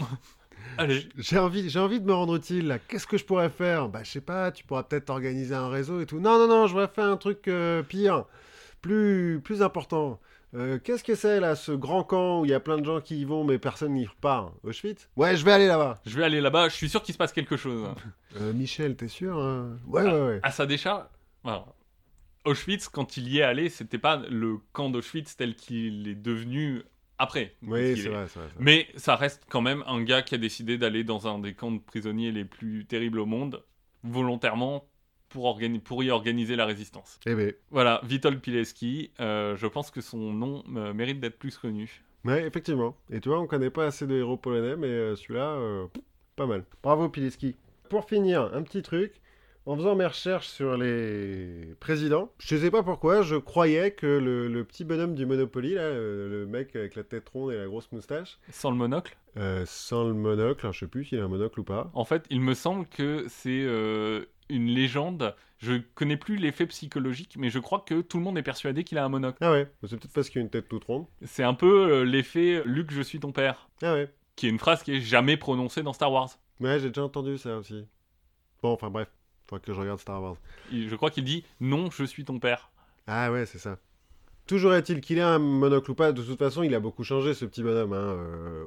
Allez. J'ai envie, j'ai envie de me rendre utile, là. Qu'est-ce que je pourrais faire? Bah, je sais pas, tu pourras peut-être organiser un réseau et tout. Non, non, non, je voudrais faire un truc euh, pire, plus, plus important. Euh, qu'est-ce que c'est, là, ce grand camp où il y a plein de gens qui y vont, mais personne n'y repart? Auschwitz? Ouais, je vais aller là-bas. Je vais aller là-bas, je suis sûr qu'il se passe quelque chose. Euh, Michel, t'es sûr hein? Ouais, ouais, ouais. À sa décharge, alors, Auschwitz, quand il y est allé, c'était pas le camp d'Auschwitz tel qu'il est devenu après. Oui, Qu'il c'est est- vrai, c'est vrai. c'est vrai. Mais ça reste quand même un gars qui a décidé d'aller dans un des camps de prisonniers les plus terribles au monde, volontairement, pour, organi- pour y organiser la résistance. Eh ben, Voilà, Witold Pilecki, euh, je pense que son nom euh, mérite d'être plus connu. ouais, effectivement. Et tu vois, on connaît pas assez de héros polonais, mais euh, celui-là, euh, pas mal. Bravo, Pilecki. Pour finir, un petit truc. En faisant mes recherches sur les présidents, je sais pas pourquoi, je croyais que le, le petit bonhomme du Monopoly, là, le, le mec avec la tête ronde et la grosse moustache, Sans le monocle. euh, sans le monocle, alors je sais plus s'il a un monocle ou pas. En fait, il me semble que c'est euh, une légende. Je connais plus l'effet psychologique, mais je crois que tout le monde est persuadé qu'il a un monocle. Ah ouais, c'est peut-être parce qu'il a une tête toute ronde. C'est un peu euh, l'effet Luke, je suis ton père, Ah ouais, qui est une phrase qui est jamais prononcée dans Star Wars. ouais, j'ai déjà entendu ça aussi. Bon, enfin bref, faudra que je regarde Star Wars. Il- Je crois qu'il dit non, je suis ton père. Ah ouais, c'est ça. Toujours est-il qu'il ait un monocle ou pas, de toute façon, il a beaucoup changé, ce petit bonhomme, hein, euh,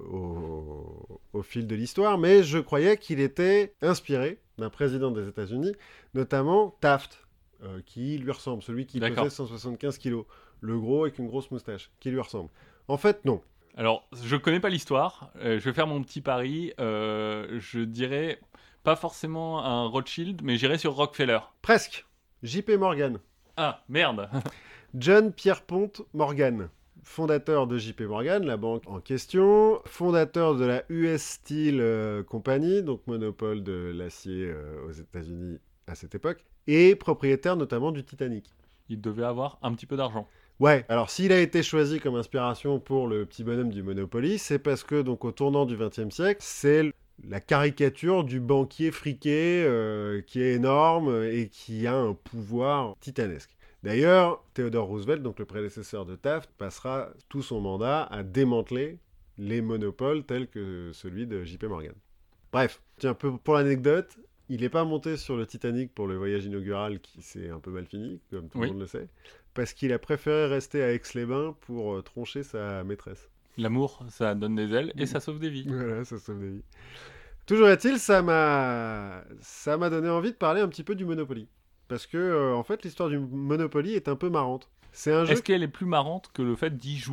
au, au fil de l'histoire, mais je croyais qu'il était inspiré d'un président des États-Unis, notamment Taft, euh, qui lui ressemble, celui qui D'accord. pesait cent soixante-quinze kilos, le gros avec une grosse moustache, qui lui ressemble. En fait, non. Alors, je connais pas l'histoire. euh, je vais faire mon petit pari. euh, je dirais pas forcément un Rothschild, mais j'irai sur Rockefeller. Presque. J P Morgan. Ah, merde. John Pierpont Morgan, fondateur de J P Morgan, la banque en question, fondateur de la U S Steel euh, Company, donc monopole de l'acier euh, aux États-Unis à cette époque, et propriétaire notamment du Titanic. Il devait avoir un petit peu d'argent. Ouais, alors s'il a été choisi comme inspiration pour le petit bonhomme du Monopoly, c'est parce que, donc, au tournant du vingtième siècle, c'est la caricature du banquier friqué euh, qui est énorme et qui a un pouvoir titanesque. D'ailleurs, Theodore Roosevelt, donc le prédécesseur de Taft, passera tout son mandat à démanteler les monopoles tels que celui de J P Morgan. Bref, tiens, pour l'anecdote, il n'est pas monté sur le Titanic pour le voyage inaugural qui s'est un peu mal fini, comme tout oui. le monde le sait, parce qu'il a préféré rester à Aix-les-Bains pour euh, troncher sa maîtresse. L'amour, ça donne des ailes et ça sauve des vies. Voilà, ça sauve des vies. Toujours est-il, ça m'a... ça m'a donné envie de parler un petit peu du Monopoly. Parce que, euh, en fait, l'histoire du Monopoly est un peu marrante. C'est un jeu... Est-ce qu'elle est plus marrante que le fait d'y jouer ?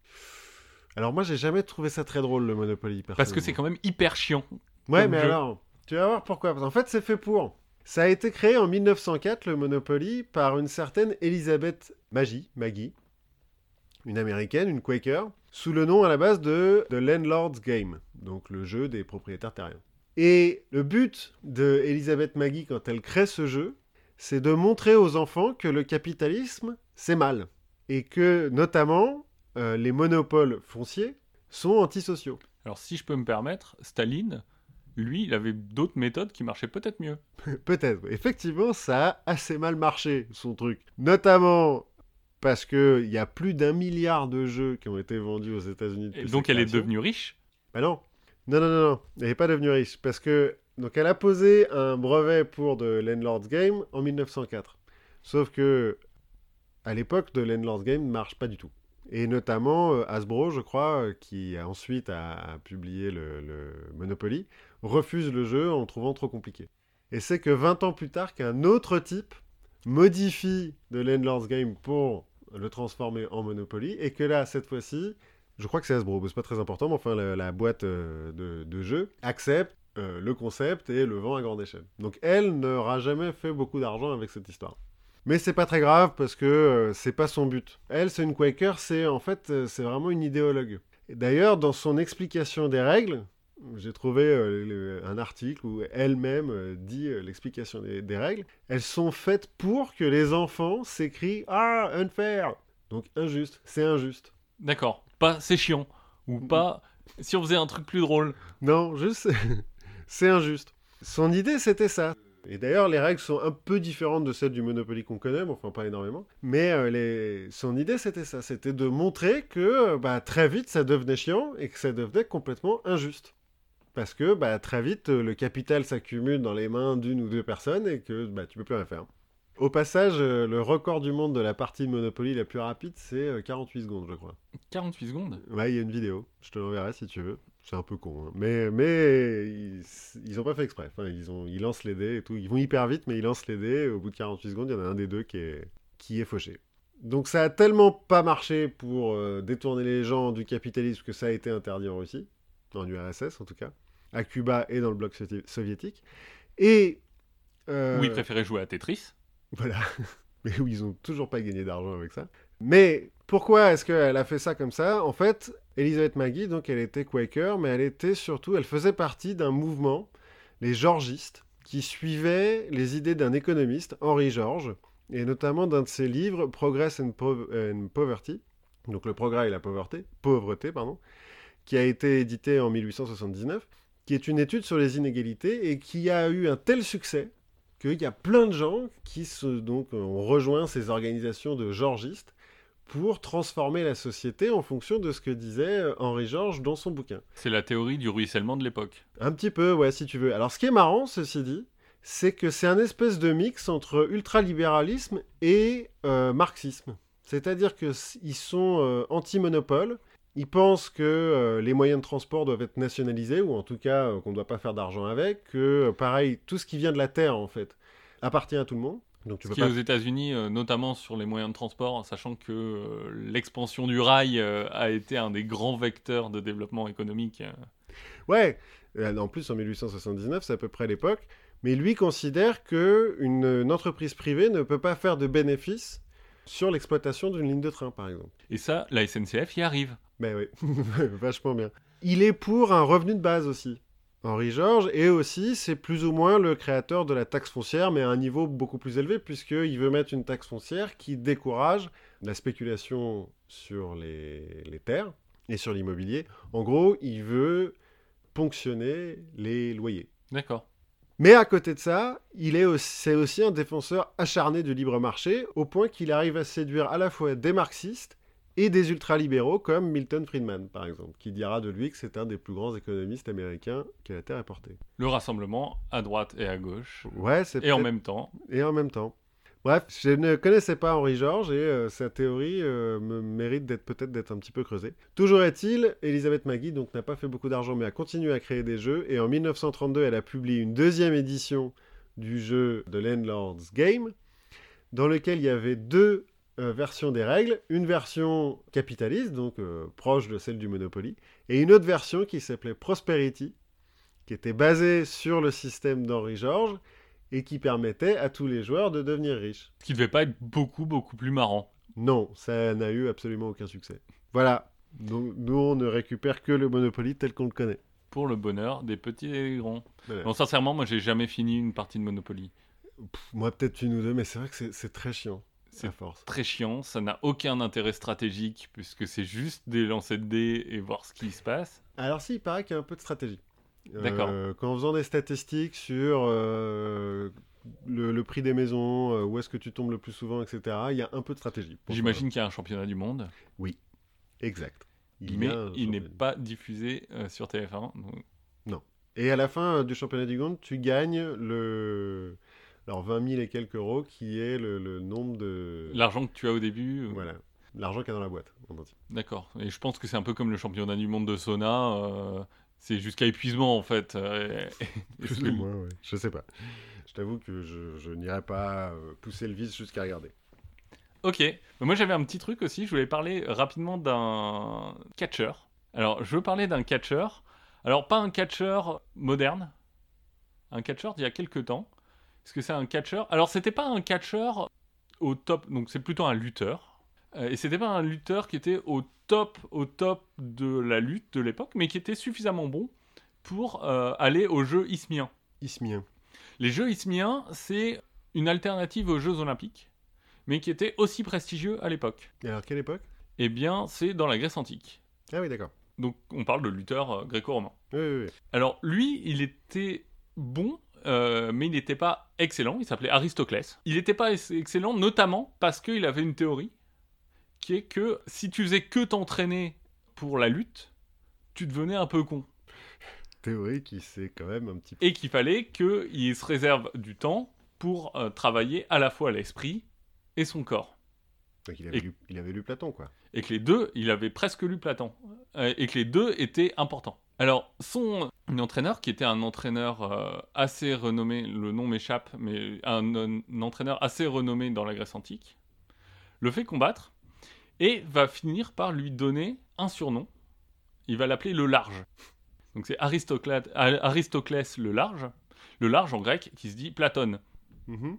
Alors moi, j'ai jamais trouvé ça très drôle, le Monopoly, parce que c'est quand même hyper chiant. Ouais, mais jeu. Alors, tu vas voir pourquoi. Parce qu'en fait, c'est fait pour. Ça a été créé en mille neuf cent quatre, le Monopoly, par une certaine Elizabeth Magie, Maggie, une américaine, une Quaker, sous le nom à la base de The Landlord's Game, donc le jeu des propriétaires terriens. Et le but de Elizabeth Maggie, quand elle crée ce jeu, c'est de montrer aux enfants que le capitalisme, c'est mal. Et que, notamment, euh, les monopoles fonciers sont antisociaux. Alors, si je peux me permettre, Staline, lui, il avait d'autres méthodes qui marchaient peut-être mieux. Peut-être. Effectivement, ça a assez mal marché, son truc. Notamment parce qu'il y a plus d'un milliard de jeux qui ont été vendus aux États-Unis. Et donc, elle est devenue riche ? Bah non. Non, non, non, non. Elle n'est pas devenue riche. Parce que... Donc, elle a posé un brevet pour The Landlord's Game en mille neuf cent quatre. Sauf que, à l'époque, The Landlord's Game ne marche pas du tout. Et notamment, euh, Hasbro, je crois, euh, qui a ensuite a, a publié le, le Monopoly, refuse le jeu en le trouvant trop compliqué. Et c'est que vingt ans plus tard, qu'un autre type modifie The Landlord's Game pour le transformer en Monopoly, et que là, cette fois-ci, je crois que c'est Hasbro, c'est pas très important, mais enfin, la, la boîte euh, de, de jeu accepte euh, le concept et le vend à grande échelle. Donc, elle n'aura jamais fait beaucoup d'argent avec cette histoire. Mais c'est pas très grave parce que euh, c'est pas son but. Elle, c'est une Quaker, c'est en fait, euh, c'est vraiment une idéologue. Et d'ailleurs, dans son explication des règles, j'ai trouvé euh, le, un article où elle-même euh, dit euh, l'explication des, des règles. Elles sont faites pour que les enfants s'écrient « Ah, unfair !» Donc injuste, c'est injuste. D'accord, pas c'est chiant, ou pas si on faisait un truc plus drôle. Non, juste c'est injuste. Son idée, c'était ça. Et d'ailleurs, les règles sont un peu différentes de celles du Monopoly qu'on connaît, mais enfin pas énormément. Mais euh, les... son idée, c'était ça. C'était de montrer que bah, très vite, ça devenait chiant et que ça devenait complètement injuste. Parce que bah, très vite, le capital s'accumule dans les mains d'une ou deux personnes et que bah, tu peux plus rien faire. Au passage, euh, le record du monde de la partie de Monopoly la plus rapide, c'est euh, quarante-huit secondes, je crois. quarante-huit secondes ? Ouais, il y a une vidéo. Je te l'enverrai si tu veux. C'est un peu con, hein. mais, mais ils, ils ont pas fait exprès. Enfin, ils, ont, ils lancent les dés et tout. Ils vont hyper vite, mais ils lancent les dés. Au bout de quarante-huit secondes, il y en a un des deux qui est, qui est fauché. Donc ça a tellement pas marché pour euh, détourner les gens du capitalisme que ça a été interdit en Russie, en U R S S en tout cas, à Cuba et dans le bloc soviétique. Et euh, où ils préféraient jouer à Tetris. Voilà, mais où ils ont toujours pas gagné d'argent avec ça. Mais pourquoi est-ce qu'elle a fait ça comme ça ? En fait, Elizabeth Maggie, donc elle était Quaker, mais elle était surtout, elle faisait partie d'un mouvement, les Georgistes, qui suivaient les idées d'un économiste, Henry George, et notamment d'un de ses livres, Progress and, po- and Poverty, donc le progrès et la pauvreté, pauvreté, pardon, qui a été édité en mille huit cent soixante-dix-neuf, qui est une étude sur les inégalités et qui a eu un tel succès qu'il y a plein de gens qui se, donc, ont rejoint ces organisations de georgistes pour transformer la société en fonction de ce que disait Henry George dans son bouquin. C'est la théorie du ruissellement de l'époque. Un petit peu, ouais, si tu veux. Alors, ce qui est marrant, ceci dit, c'est que c'est un espèce de mix entre ultralibéralisme et euh, marxisme. C'est-à-dire qu'ils sont euh, anti-monopole, ils pensent que euh, les moyens de transport doivent être nationalisés, ou en tout cas euh, qu'on ne doit pas faire d'argent avec, que, euh, pareil, tout ce qui vient de la terre, en fait, appartient à tout le monde. Donc, tu Ce peux qui pas... est aux États-Unis, euh, notamment sur les moyens de transport, sachant que euh, l'expansion du rail euh, a été un des grands vecteurs de développement économique. Euh. Ouais, en plus en mille huit cent soixante-dix-neuf, c'est à peu près l'époque, mais lui considère qu'une une entreprise privée ne peut pas faire de bénéfices sur l'exploitation d'une ligne de train, par exemple. Et ça, la S N C F y arrive. Ben oui, vachement bien. Il est pour un revenu de base aussi. Henri Georges, et aussi c'est plus ou moins le créateur de la taxe foncière, mais à un niveau beaucoup plus élevé, puisqu'il veut mettre une taxe foncière qui décourage la spéculation sur les, les terres et sur l'immobilier. En gros, il veut ponctionner les loyers. D'accord. Mais à côté de ça, il est aussi, c'est aussi un défenseur acharné du libre marché, au point qu'il arrive à séduire à la fois des marxistes et des ultralibéraux comme Milton Friedman, par exemple, qui dira de lui que c'est un des plus grands économistes américains que la Terre ait porté. Le rassemblement à droite et à gauche. Ouais, c'est Et en peut-être- même temps. et en même temps. Bref, je ne connaissais pas Henri Georges et euh, sa théorie euh, me mérite d'être peut-être d'être un petit peu creusée. Toujours est-il, Elisabeth Maggie donc n'a pas fait beaucoup d'argent mais a continué à créer des jeux et en mille neuf cent trente-deux elle a publié une deuxième édition du jeu The Landlord's Game dans lequel il y avait deux euh, versions des règles, une version capitaliste donc euh, proche de celle du Monopoly et une autre version qui s'appelait Prosperity qui était basée sur le système d'Henri Georges et qui permettait à tous les joueurs de devenir riches. Ce qui devait pas être beaucoup, beaucoup plus marrant. Non, ça n'a eu absolument aucun succès. Voilà. Donc, nous, on ne récupère que le Monopoly tel qu'on le connaît. Pour le bonheur des petits et des grands. Voilà. Non, sincèrement, moi, j'ai jamais fini une partie de Monopoly. Pff, moi, peut-être une ou deux, mais c'est vrai que c'est, c'est très chiant. C'est à force. très chiant, ça n'a aucun intérêt stratégique, puisque c'est juste des lancers de dés et voir ce qui se passe. Alors si, il paraît qu'il y a un peu de stratégie. D'accord. Euh, quand en faisant des statistiques sur euh, le, le prix des maisons, euh, où est-ce que tu tombes le plus souvent, et cetera, il y a un peu de stratégie. pour J'imagine qu'il y a un championnat du monde, ça. Exact. Il y mais a un il n'est championnat. pas diffusé euh, sur T F un. donc- Et à la fin euh, du championnat du monde, tu gagnes le... Alors vingt mille et quelques euros, qui est le, le nombre de... L'argent que tu as au début, euh, Voilà. L'argent qu'il y a dans la boîte, en entier. d'accord. Et je pense que c'est un peu comme le championnat du monde de sauna, euh, c'est jusqu'à épuisement en fait. euh, et- Plus est-ce ou que- moins, ouais. Je sais pas. Je t'avoue que je, je n'irai pas euh, pousser le vice jusqu'à regarder. Ok, mais moi j'avais un petit truc aussi, je voulais parler rapidement d'un catcheur. Alors je veux parler d'un catcheur, alors pas un catcheur moderne, un catcheur d'il y a quelques temps, parce que c'est un catcheur, alors c'était pas un catcheur au top, donc c'est plutôt un lutteur, Euh, et c'était pas un lutteur qui était au top, au top de la lutte de l'époque, mais qui était suffisamment bon pour euh, aller aux Jeux ismiens. Ismien. Les Jeux ismiens, c'est une alternative aux Jeux olympiques, mais qui était aussi prestigieux à l'époque. Et alors, quelle époque? Eh bien, c'est dans la Grèce antique. Ah oui, d'accord. Donc, on parle de lutteur euh, gréco-romain. Oui, oui, oui. Alors, lui, il était bon, euh, mais il n'était pas excellent. Il s'appelait Aristoclès. Il n'était pas ex- excellent, notamment parce qu'il avait une théorie qui est que si tu faisais que t'entraîner pour la lutte, tu devenais un peu con. Théorie qui c'est quand même un petit peu... Et qu'il fallait qu'il se réserve du temps pour euh, travailler à la fois l'esprit et son corps. Donc il avait, Et- lu, il avait lu Platon, quoi. Et que les deux, il avait presque lu Platon, euh, et que les deux étaient importants. Alors, son entraîneur, qui était un entraîneur euh, assez renommé, le nom m'échappe, mais un, un- un entraîneur assez renommé dans la Grèce antique, le fait combattre, et va finir par lui donner un surnom. Il va l'appeler le large. Donc c'est Aristoclate- Aristoclès le large, le large en grec, qui se dit Platone. Mhm.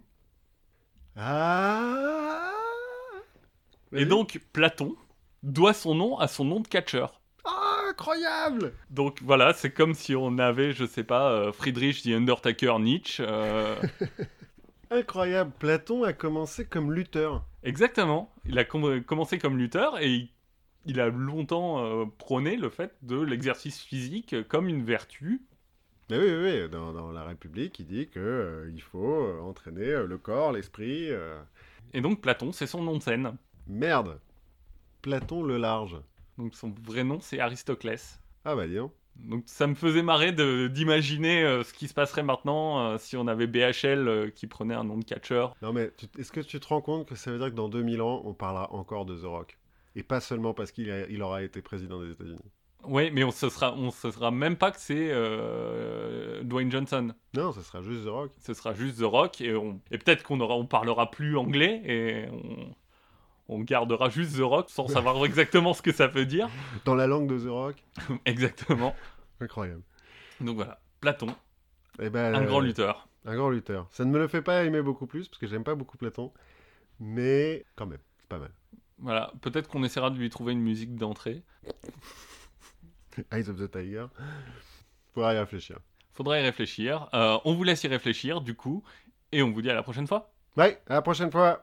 Ah Et Vas-y. donc, Platon doit son nom à son nom de catcheur. Ah, incroyable! Donc voilà, c'est comme si on avait, je sais pas, euh, Friedrich the Undertaker Nietzsche. euh, Incroyable. Platon a commencé comme lutteur. Exactement. Il a com- commencé comme lutteur et il, il a longtemps euh, prôné le fait de l'exercice physique comme une vertu. Mais oui, oui, oui. Dans, dans La République, il dit que euh, il faut euh, entraîner euh, le corps, l'esprit. euh. Et donc Platon, c'est son nom de scène. Merde. Platon le large. Donc son vrai nom, c'est Aristoclès. Ah bah dis donc. Donc ça me faisait marrer de- d'imaginer euh, ce qui se passerait maintenant euh, si on avait B H L euh, qui prenait un nom de catcheur. Non mais tu- est-ce que tu te rends compte que ça veut dire que dans deux mille ans, on parlera encore de The Rock? Et pas seulement parce qu'il a- il aura été président des États-Unis. Ouais, mais on se sera, on se sera même pas que c'est euh, Dwayne Johnson. Non, ce sera juste The Rock. Ce sera juste The Rock et, on... et peut-être qu'on aura, on parlera plus anglais et on... on gardera juste The Rock sans savoir exactement ce que ça veut dire. Dans la langue de The Rock. Exactement. Incroyable. Donc voilà, Platon, Eh ben, un euh, grand lutteur. Un grand lutteur. Ça ne me le fait pas aimer beaucoup plus, parce que j'aime pas beaucoup Platon. Mais quand même, c'est pas mal. Voilà, peut-être qu'on essaiera de lui trouver une musique d'entrée. Eyes of the Tiger. Faudra y réfléchir. Faudra y réfléchir. Euh, on vous laisse y réfléchir, du coup, et on vous dit à la prochaine fois. Ouais, à la prochaine fois.